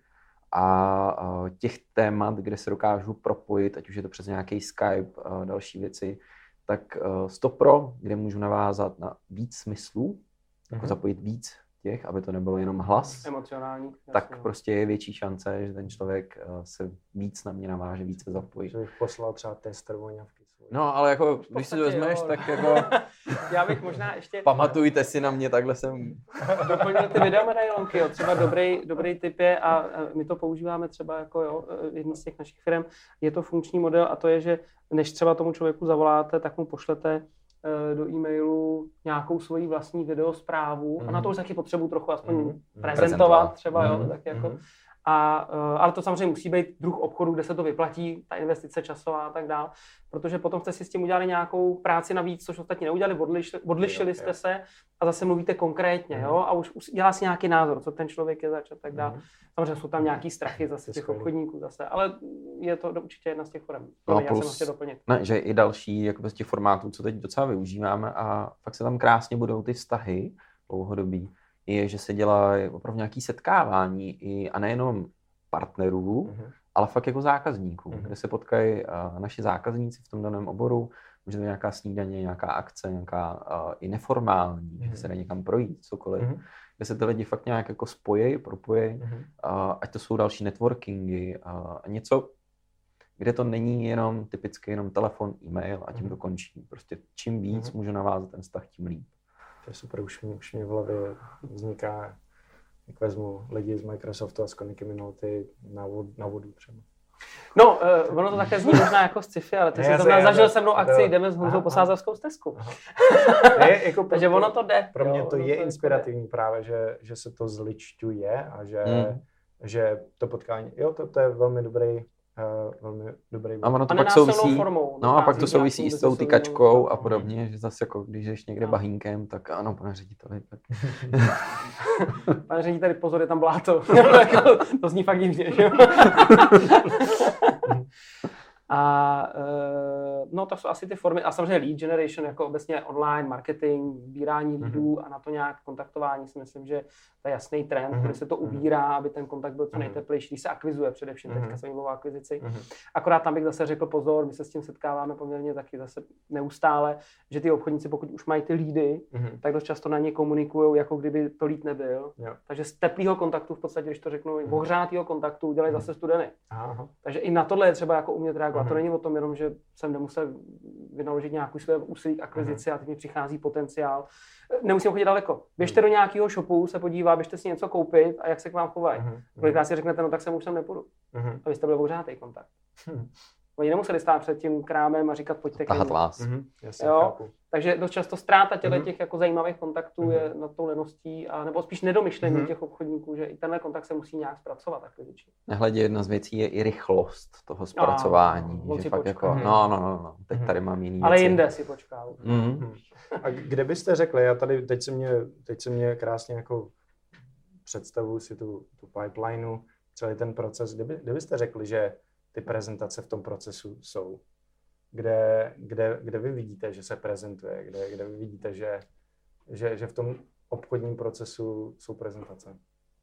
A těch témat, kde se dokážu propojit, ať už je to přes nějaký Skype a další věci, tak Stopro, kde můžu navázat na víc smyslů, jako zapojit víc těch, aby to nebylo jenom hlas, emocionální, tak prostě je větší šance, že ten člověk se víc na mě naváže, víc se zapojí. Že bych poslal třeba tester voňavky. No, ale jako, když si to vezmeš, tak jako... Já bych možná ještě... Pamatujte si na mě, takhle jsem... Doplnil ty videomedailonky, jo. Třeba dobrý tip je, a my to používáme třeba jako jo, jedný z těch našich firm, je to funkční model a to je, že než třeba tomu člověku zavoláte, tak mu pošlete do e-mailu nějakou svoji vlastní videosprávu a na to už taky potřebuji trochu aspoň prezentovat třeba, jo, tak jako... Ale to samozřejmě musí být druh obchodu, kde se to vyplatí, ta investice časová a tak dál, protože potom jste si s tím udělali nějakou práci navíc, což ostatní neudělali, odlišili jste se a zase mluvíte konkrétně, jo, a už dělá si nějaký názor, co ten člověk je zač a tak dál. Samozřejmě jsou tam nějaký strachy zase těch obchodníků zase, ale je to určitě jedna z těch forem. No, já jsem chtěl doplnit. Ne, že i další jako z těch formátů, co teď docela využíváme a fakt se tam krásně budou ty vztahy dlouhodobí, je, že se dělá opravdu nějaké setkávání a nejenom partnerů, ale fakt jako zákazníků, kde se potkají naši zákazníci v tom daném oboru, může to být nějaká snídaně, nějaká akce, nějaká i neformální, že se jde někam projít, cokoliv, kde se ty lidi fakt nějak jako spojí, propojí, ať to jsou další networkingy, něco, kde to není jenom typicky jenom telefon, e-mail a tím to končí. Prostě čím víc můžu navázat ten vztah, tím líp. To je super, už mě v hlavě vzniká, jak vezmu lidi z Microsoftu a z Koníky Minolty na vodu třeba. No, ono to také zní možná jako sci-fi, ale ty jsi to zažil se mnou akci, jdeme s Honzou po Sázavskou stezku. Takže ono to jde. Pro mě to je inspirativní právě, že se to zličťuje a že to potkání, to je velmi dobrý a ono to pak souvisí, a pak to souvisí i s tou tykačkou a podobně, že zase jako když jdeš někde bahínkem, tak ano, pane řediteli, tak... Pane řediteli, pozor, je tam bláto. To zní fakt divně, že jo? A no to jsou asi ty formy, a samozřejmě lead generation, jako obecně online marketing, sbírání lidů a na to nějak kontaktování, si myslím, že to je jasný trend, který se to ubírá, aby ten kontakt byl co nejteplejší, když se akvizuje především, teďka se mluvím o akvizici. Akorát tam bych zase řekl pozor, my se s tím setkáváme poměrně taky zase neustále, že ty obchodníci, pokud už mají ty lídy, tak dost často na ně komunikují, jako kdyby to lead nebyl. Takže z teplého kontaktu v podstatě, když to řeknu, ohřátého kontaktu udělají zase studeny. Takže i na tohle je třeba jako umět reagovat. A to není o tom jenom, že jsem nemusel vynaložit nějakou své úsilí k akvizici a teď mi přichází potenciál. Nemusím chodit daleko. Běžte do nějakého shopu, se podívá, běžte si něco koupit a jak se k vám chovají. Kolikrát si řeknete, no tak sem už sem nepůjdu. A vy jste byli ohřátý kontakt. Oni nemuseli stát před tím krámem a říkat, pojďte ke mně. Vás. Takže dost často ztráta těch jako zajímavých kontaktů je nad tou leností, a nebo spíš nedomyšlení těch obchodníků, že i tenhle kontakt se musí nějak zpracovat akvizičně. Nehledě, jedna z věcí je i rychlost toho zpracování. Že fakt jako, no, teď tady mám jiný ale věci. jinde si počkal. A kde byste řekli, já tady teď se mě krásně jako představuji si tu pipelineu, celý ten proces, kde byste řekli, že ty prezentace v tom procesu jsou? Kde vy vidíte, že se prezentuje? Kde vy vidíte, že v tom obchodním procesu jsou prezentace?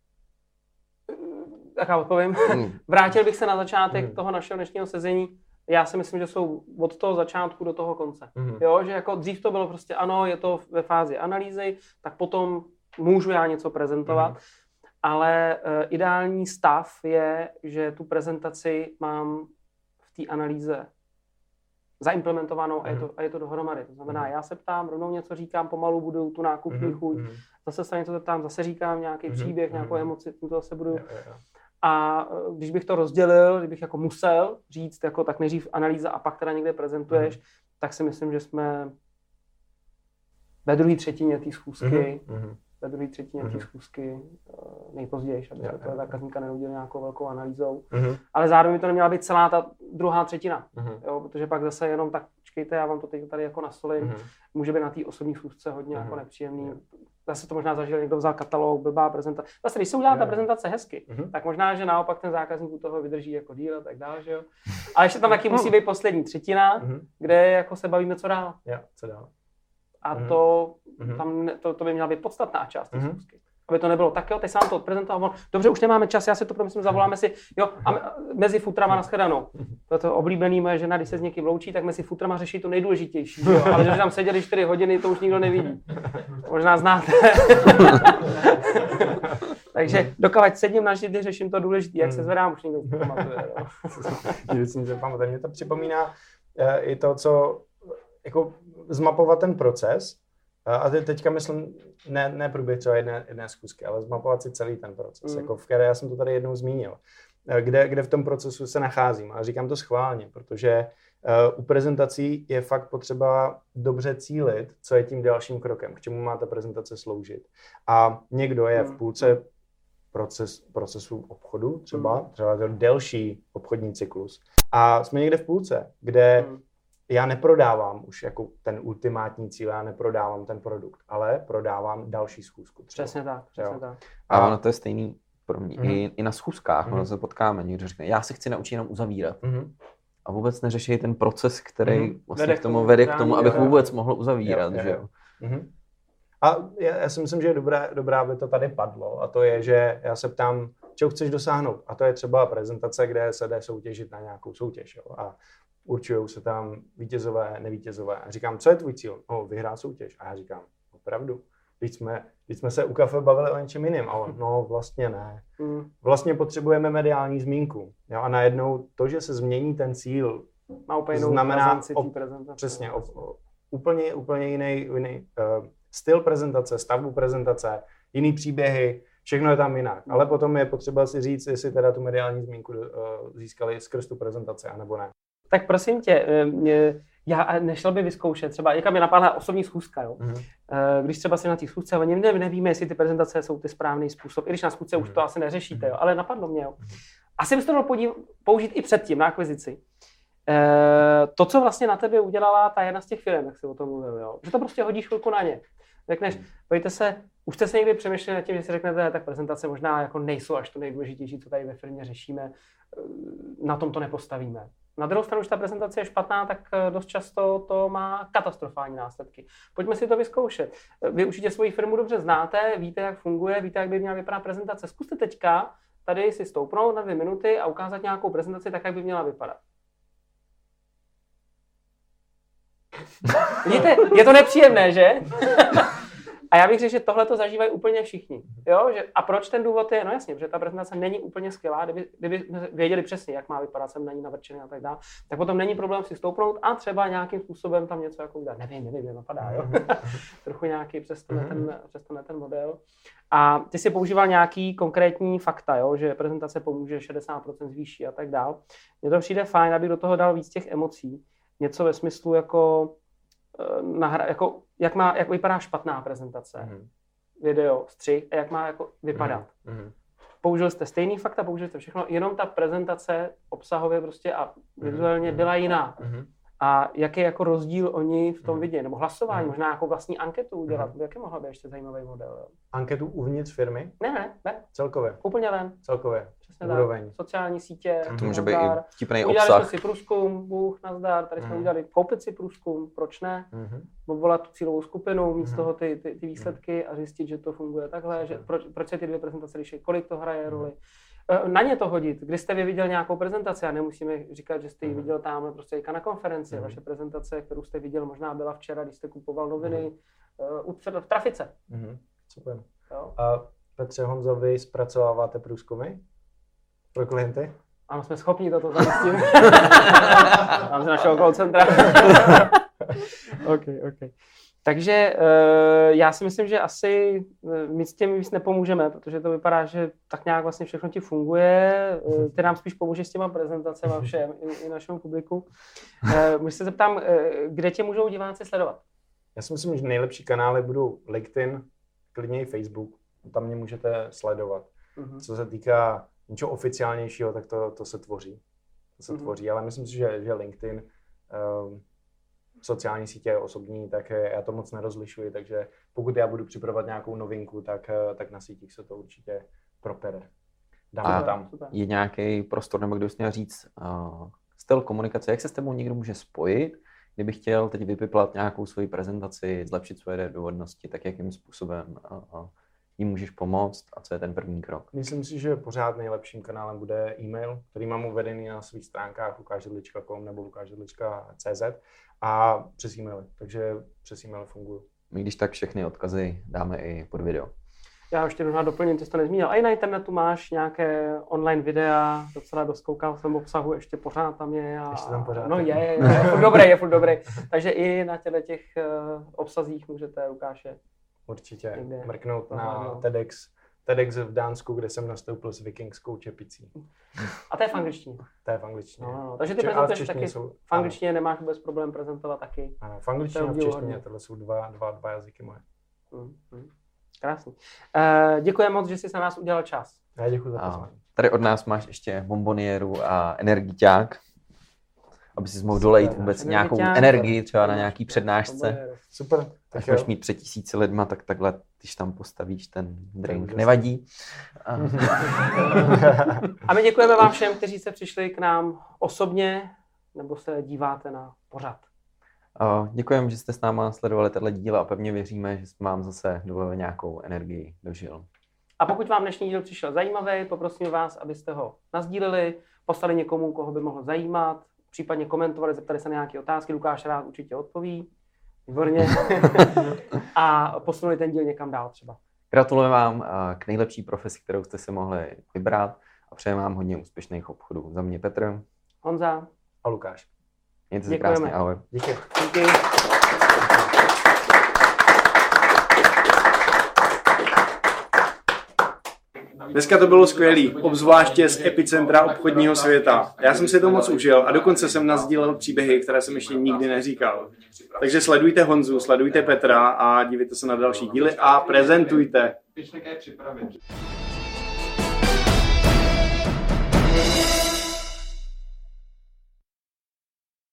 Tak já odpovím. Vrátil bych se na začátek toho našeho dnešního sezení. Já si myslím, že jsou od toho začátku do toho konce. Jo, že jako dřív to bylo prostě ano, je to ve fázi analýzy, tak potom můžu já něco prezentovat. Ale ideální stav je, že tu prezentaci mám v té analýze zaimplementovanou a je to dohromady. To znamená, já se ptám, rovnou něco říkám, pomalu budu tu nákupní chuť, zase se něco zeptám, zase říkám nějaký příběh, nějakou emoci, to zase budu. A když bych to rozdělil, kdybych jako musel říct, jako tak nejdřív analýza a pak teda někde prezentuješ, tak si myslím, že jsme ve druhé třetině té schůzky, nejpozději, aby se toho zákazníka nenudil nějakou velkou analýzou. Ale zároveň to neměla být celá ta druhá třetina, jo, protože pak zase jenom tak, počkejte, já vám to teď tady jako nastolím, může být na té osobní schůzce hodně jako nepříjemný. Zase to možná zažil, někdo vzal katalog, blbá prezentace. Zase, když se udělá ta prezentace hezky, tak možná, že naopak ten zákazník u toho vydrží jako díl a tak dále, že jo. Ale ještě tam taky musí být poslední třetina, kde jako se bavíme, co dál. Co dál. A to by měla být podstatná část té schůzky. Aby to nebylo tak, jo, teď se nám to odprezentoval, dobře, už nemáme čas, já si to promyslím, zavoláme si, jo, a mezi futrama nashledanou. To je to oblíbený, moje žena, když se s někým loučí, tak mezi futrama řeší to nejdůležitější, jo, ale že tam seděli 4 hodiny, to už nikdo nevidí. Možná znáte. Takže dokavať sedím na židli, řeším to důležité, jak se zvedám, už nikdo si pamatuje. Mně to připomíná i to, co jako zmapovat ten proces. A teďka myslím, ne průběh třeba jedné schůzky, ale zmapovat si celý ten proces, jako v které já jsem to tady jednou zmínil. Kde v tom procesu se nacházím. A říkám to schválně, protože u prezentací je fakt potřeba dobře cílit, co je tím dalším krokem, k čemu má ta prezentace sloužit. A někdo je v půlce procesu obchodu, třeba to delší obchodní cyklus. A jsme někde v půlce, kde já neprodávám už jako ten ultimátní cíl, já neprodávám ten produkt, ale prodávám další schůzku. Třeba. Přesně tak. A ono to je stejný pro mě. I na schůzkách, ono se potkáme, někdo řekne, já se chci naučit jenom uzavírat. A vůbec neřeší ten proces, který vlastně vede k tomu, abych vůbec mohl uzavírat. Že jo? A já si myslím, že je dobré, aby to tady padlo. A to je, že já se ptám, čeho chceš dosáhnout. A to je třeba prezentace, kde se jde soutěžit na nějakou soutěž. Jo? A určují se tam vítězové, nevítězové. A říkám, co je tvůj cíl? Vyhrát soutěž. A já říkám, opravdu? Když jsme se u kafe bavili o něčem jiném. A on, no vlastně ne. Vlastně potřebujeme mediální zmínku. Jo? A najednou to, že se změní ten cíl, má úplně znamená prezentace. Přesně, úplně jiný styl prezentace, stavbu prezentace, jiný příběhy, všechno je tam jinak. Ale potom je potřeba si říct, jestli teda tu mediální zmínku získali skrz tu prezentaci, anebo ne. Tak prosím tě, já nešel by vyzkoušet, třeba jaká mi napadla osobní schůzka, jo? Když třeba si na té schůzce, ale nevíme, jestli ty prezentace jsou ty správný způsob, i když na schůzce už to asi neřešíte, jo? Ale napadlo mě, jo? Asi bys to dal použít i předtím na akvizici. To, co vlastně na tebe udělala ta jedna z těch firm, jak jsi o tom mluvil, jo? Že to prostě hodíš chvilku na ně. Řekneš, pojďte se, už jste se někdy přemýšleli nad tím, že si řeknete, tak prezentace možná jako nejsou až to nejdůležitější, co tady ve firmě řešíme, na tom to nepostavíme. Na druhou stranu, když ta prezentace je špatná, tak dost často to má katastrofální následky. Pojďme si to vyzkoušet. Vy určitě svoji firmu dobře znáte, víte, jak funguje, víte, jak by měla vypadat prezentace. Zkuste teďka tady si stoupnout na 2 minuty a ukázat nějakou prezentaci tak, jak by měla vypadat. Vidíte, je to nepříjemné, že? A já bych řekl, že tohle to zažívají úplně všichni. Jo? A proč ten důvod je? No jasně, protože ta prezentace není úplně skvělá, kdyby věděli přesně, jak má vypadat, jsem na ní navrčený a tak dále, tak potom není problém si stoupnout a třeba nějakým způsobem tam něco jako udělat. Nevím, mě napadá, jo? Trochu nějaký přes ten model. A ty si používal nějaký konkrétní fakta, jo? Že prezentace pomůže 60% zvýší a tak dále. Mně to přijde fajn, abych do toho dal víc těch emocí. Něco ve smyslu jako jak vypadá špatná prezentace, video, střih a jak má jako vypadat. Použili jste stejný fakta, použili jste všechno, jenom ta prezentace obsahově prostě a vizuálně byla jiná. A jaký je jako rozdíl oni v tom vidějí, nebo hlasování, možná jako vlastní anketu udělat, jaký mohla být ještě zajímavý model? Jo? Anketu uvnitř firmy? Ne. Celkově? Úplně ven. Celkově. Přesně tak. Sociální sítě. To může být i vtipný udělali obsah. jsme si průzkum, nazdar, tady jsme udělali koupit si průzkum, proč ne? Volat tu cílovou skupinu, mít z toho ty výsledky a zjistit, že to funguje takhle, že proč se ty 2 prezentace liší, kolik to hraje roli. Na ně to hodit. Když jste vy viděl nějakou prezentaci a nemusíme říkat, že jste ji viděl tamhle prostě na konferenci. Vaše prezentace, kterou jste viděl, možná byla včera, když jste kupoval noviny v trafice. Super. Jo? A Petře, Honzo, vy zpracováváte průzkumy pro klienty? Ano, jsme schopni toto zajistit. Mám z našeho call centra. OK. Takže já si myslím, že asi my s tím víc nepomůžeme, protože to vypadá, že tak nějak vlastně všechno ti funguje. Ty nám spíš pomůžeš s těma prezentacemi všem, i našemu publiku. Můžu se zeptám, kde tě můžou diváci sledovat? Já si myslím, že nejlepší kanály budou LinkedIn, klidně i Facebook. Tam mě můžete sledovat. Co se týká něčeho oficiálnějšího, tak to se tvoří. Tvoří, ale myslím si, že LinkedIn, sociální sítě osobní, tak já to moc nerozlišuji, takže pokud já budu připravovat nějakou novinku, tak na sítích se to určitě propere. Dáme tam. Je nějaký prostor, nebo kdo jsi měl říct, styl komunikace, jak se s tebou někdo může spojit, kdyby chtěl teď vypiplat nějakou svoji prezentaci, zlepšit svoje dovednosti, tak jakým způsobem jim můžeš pomoct a co je ten první krok? Myslím si, že pořád nejlepším kanálem bude e-mail, který mám uvedený na svých stránkách lukášjedlička.com nebo lukášjedlička.cz a přes e-maily, takže přes e-mail fungují. My když tak všechny odkazy dáme i pod video. Já ještě možná doplním, ty jsi to nezmínil. A i na internetu máš nějaké online videa, docela doskoukal jsem obsahu, ještě pořád tam je. Ještě tam pořád. No je furt dobrý. Takže i na těch obsazích můžete Lukáše určitě mrknout na TEDx v Dánsku, kde jsem nastoupil s vikingskou čepicí. A to je v angličtině? To je v angličtině. No. Takže ty prezentuješ taky v angličtině, nemáš vůbec problém prezentovat taky? Ano, v angličtině a v češtině, tohle jsou dva jazyky moje. Krásný. Děkujeme moc, že jsi na nás udělal čas. Já děkuji za pozvání. Tady od nás máš ještě bombonieru a energiťák, aby si mohl dolejt vůbec nějakou energii třeba na nějaký přednášce. Super. Až máš mít před 1000 lidma, tak takhle, když tam postavíš ten drink, nevadí. A my děkujeme vám všem, kteří se přišli k nám osobně, nebo se díváte na pořad. Děkujeme, že jste s náma sledovali tenhle díl a pevně věříme, že jsme vám zase dovolili nějakou energii do žil. A pokud vám dnešní díl přišel zajímavý, poprosím vás, abyste ho nasdíleli, poslali někomu, koho by mohl zajímat. případně komentovali, zeptali se na nějaké otázky. Lukáš rád určitě odpoví. Výborně. A posunuli ten díl někam dál třeba. Gratuluji vám k nejlepší profesi, kterou jste si mohli vybrat a přeji vám hodně úspěšných obchodů. Za mě Petr. Honza. A Lukáš. Mějte se krásně, ahoj. Díky. Díky. Dneska to bylo skvělý, obzvláště z epicentra obchodního světa. Já jsem si to moc užil a dokonce jsem nasdílel příběhy, které jsem ještě nikdy neříkal. Takže sledujte Honzu, sledujte Petra a dívejte se na další díly a prezentujte.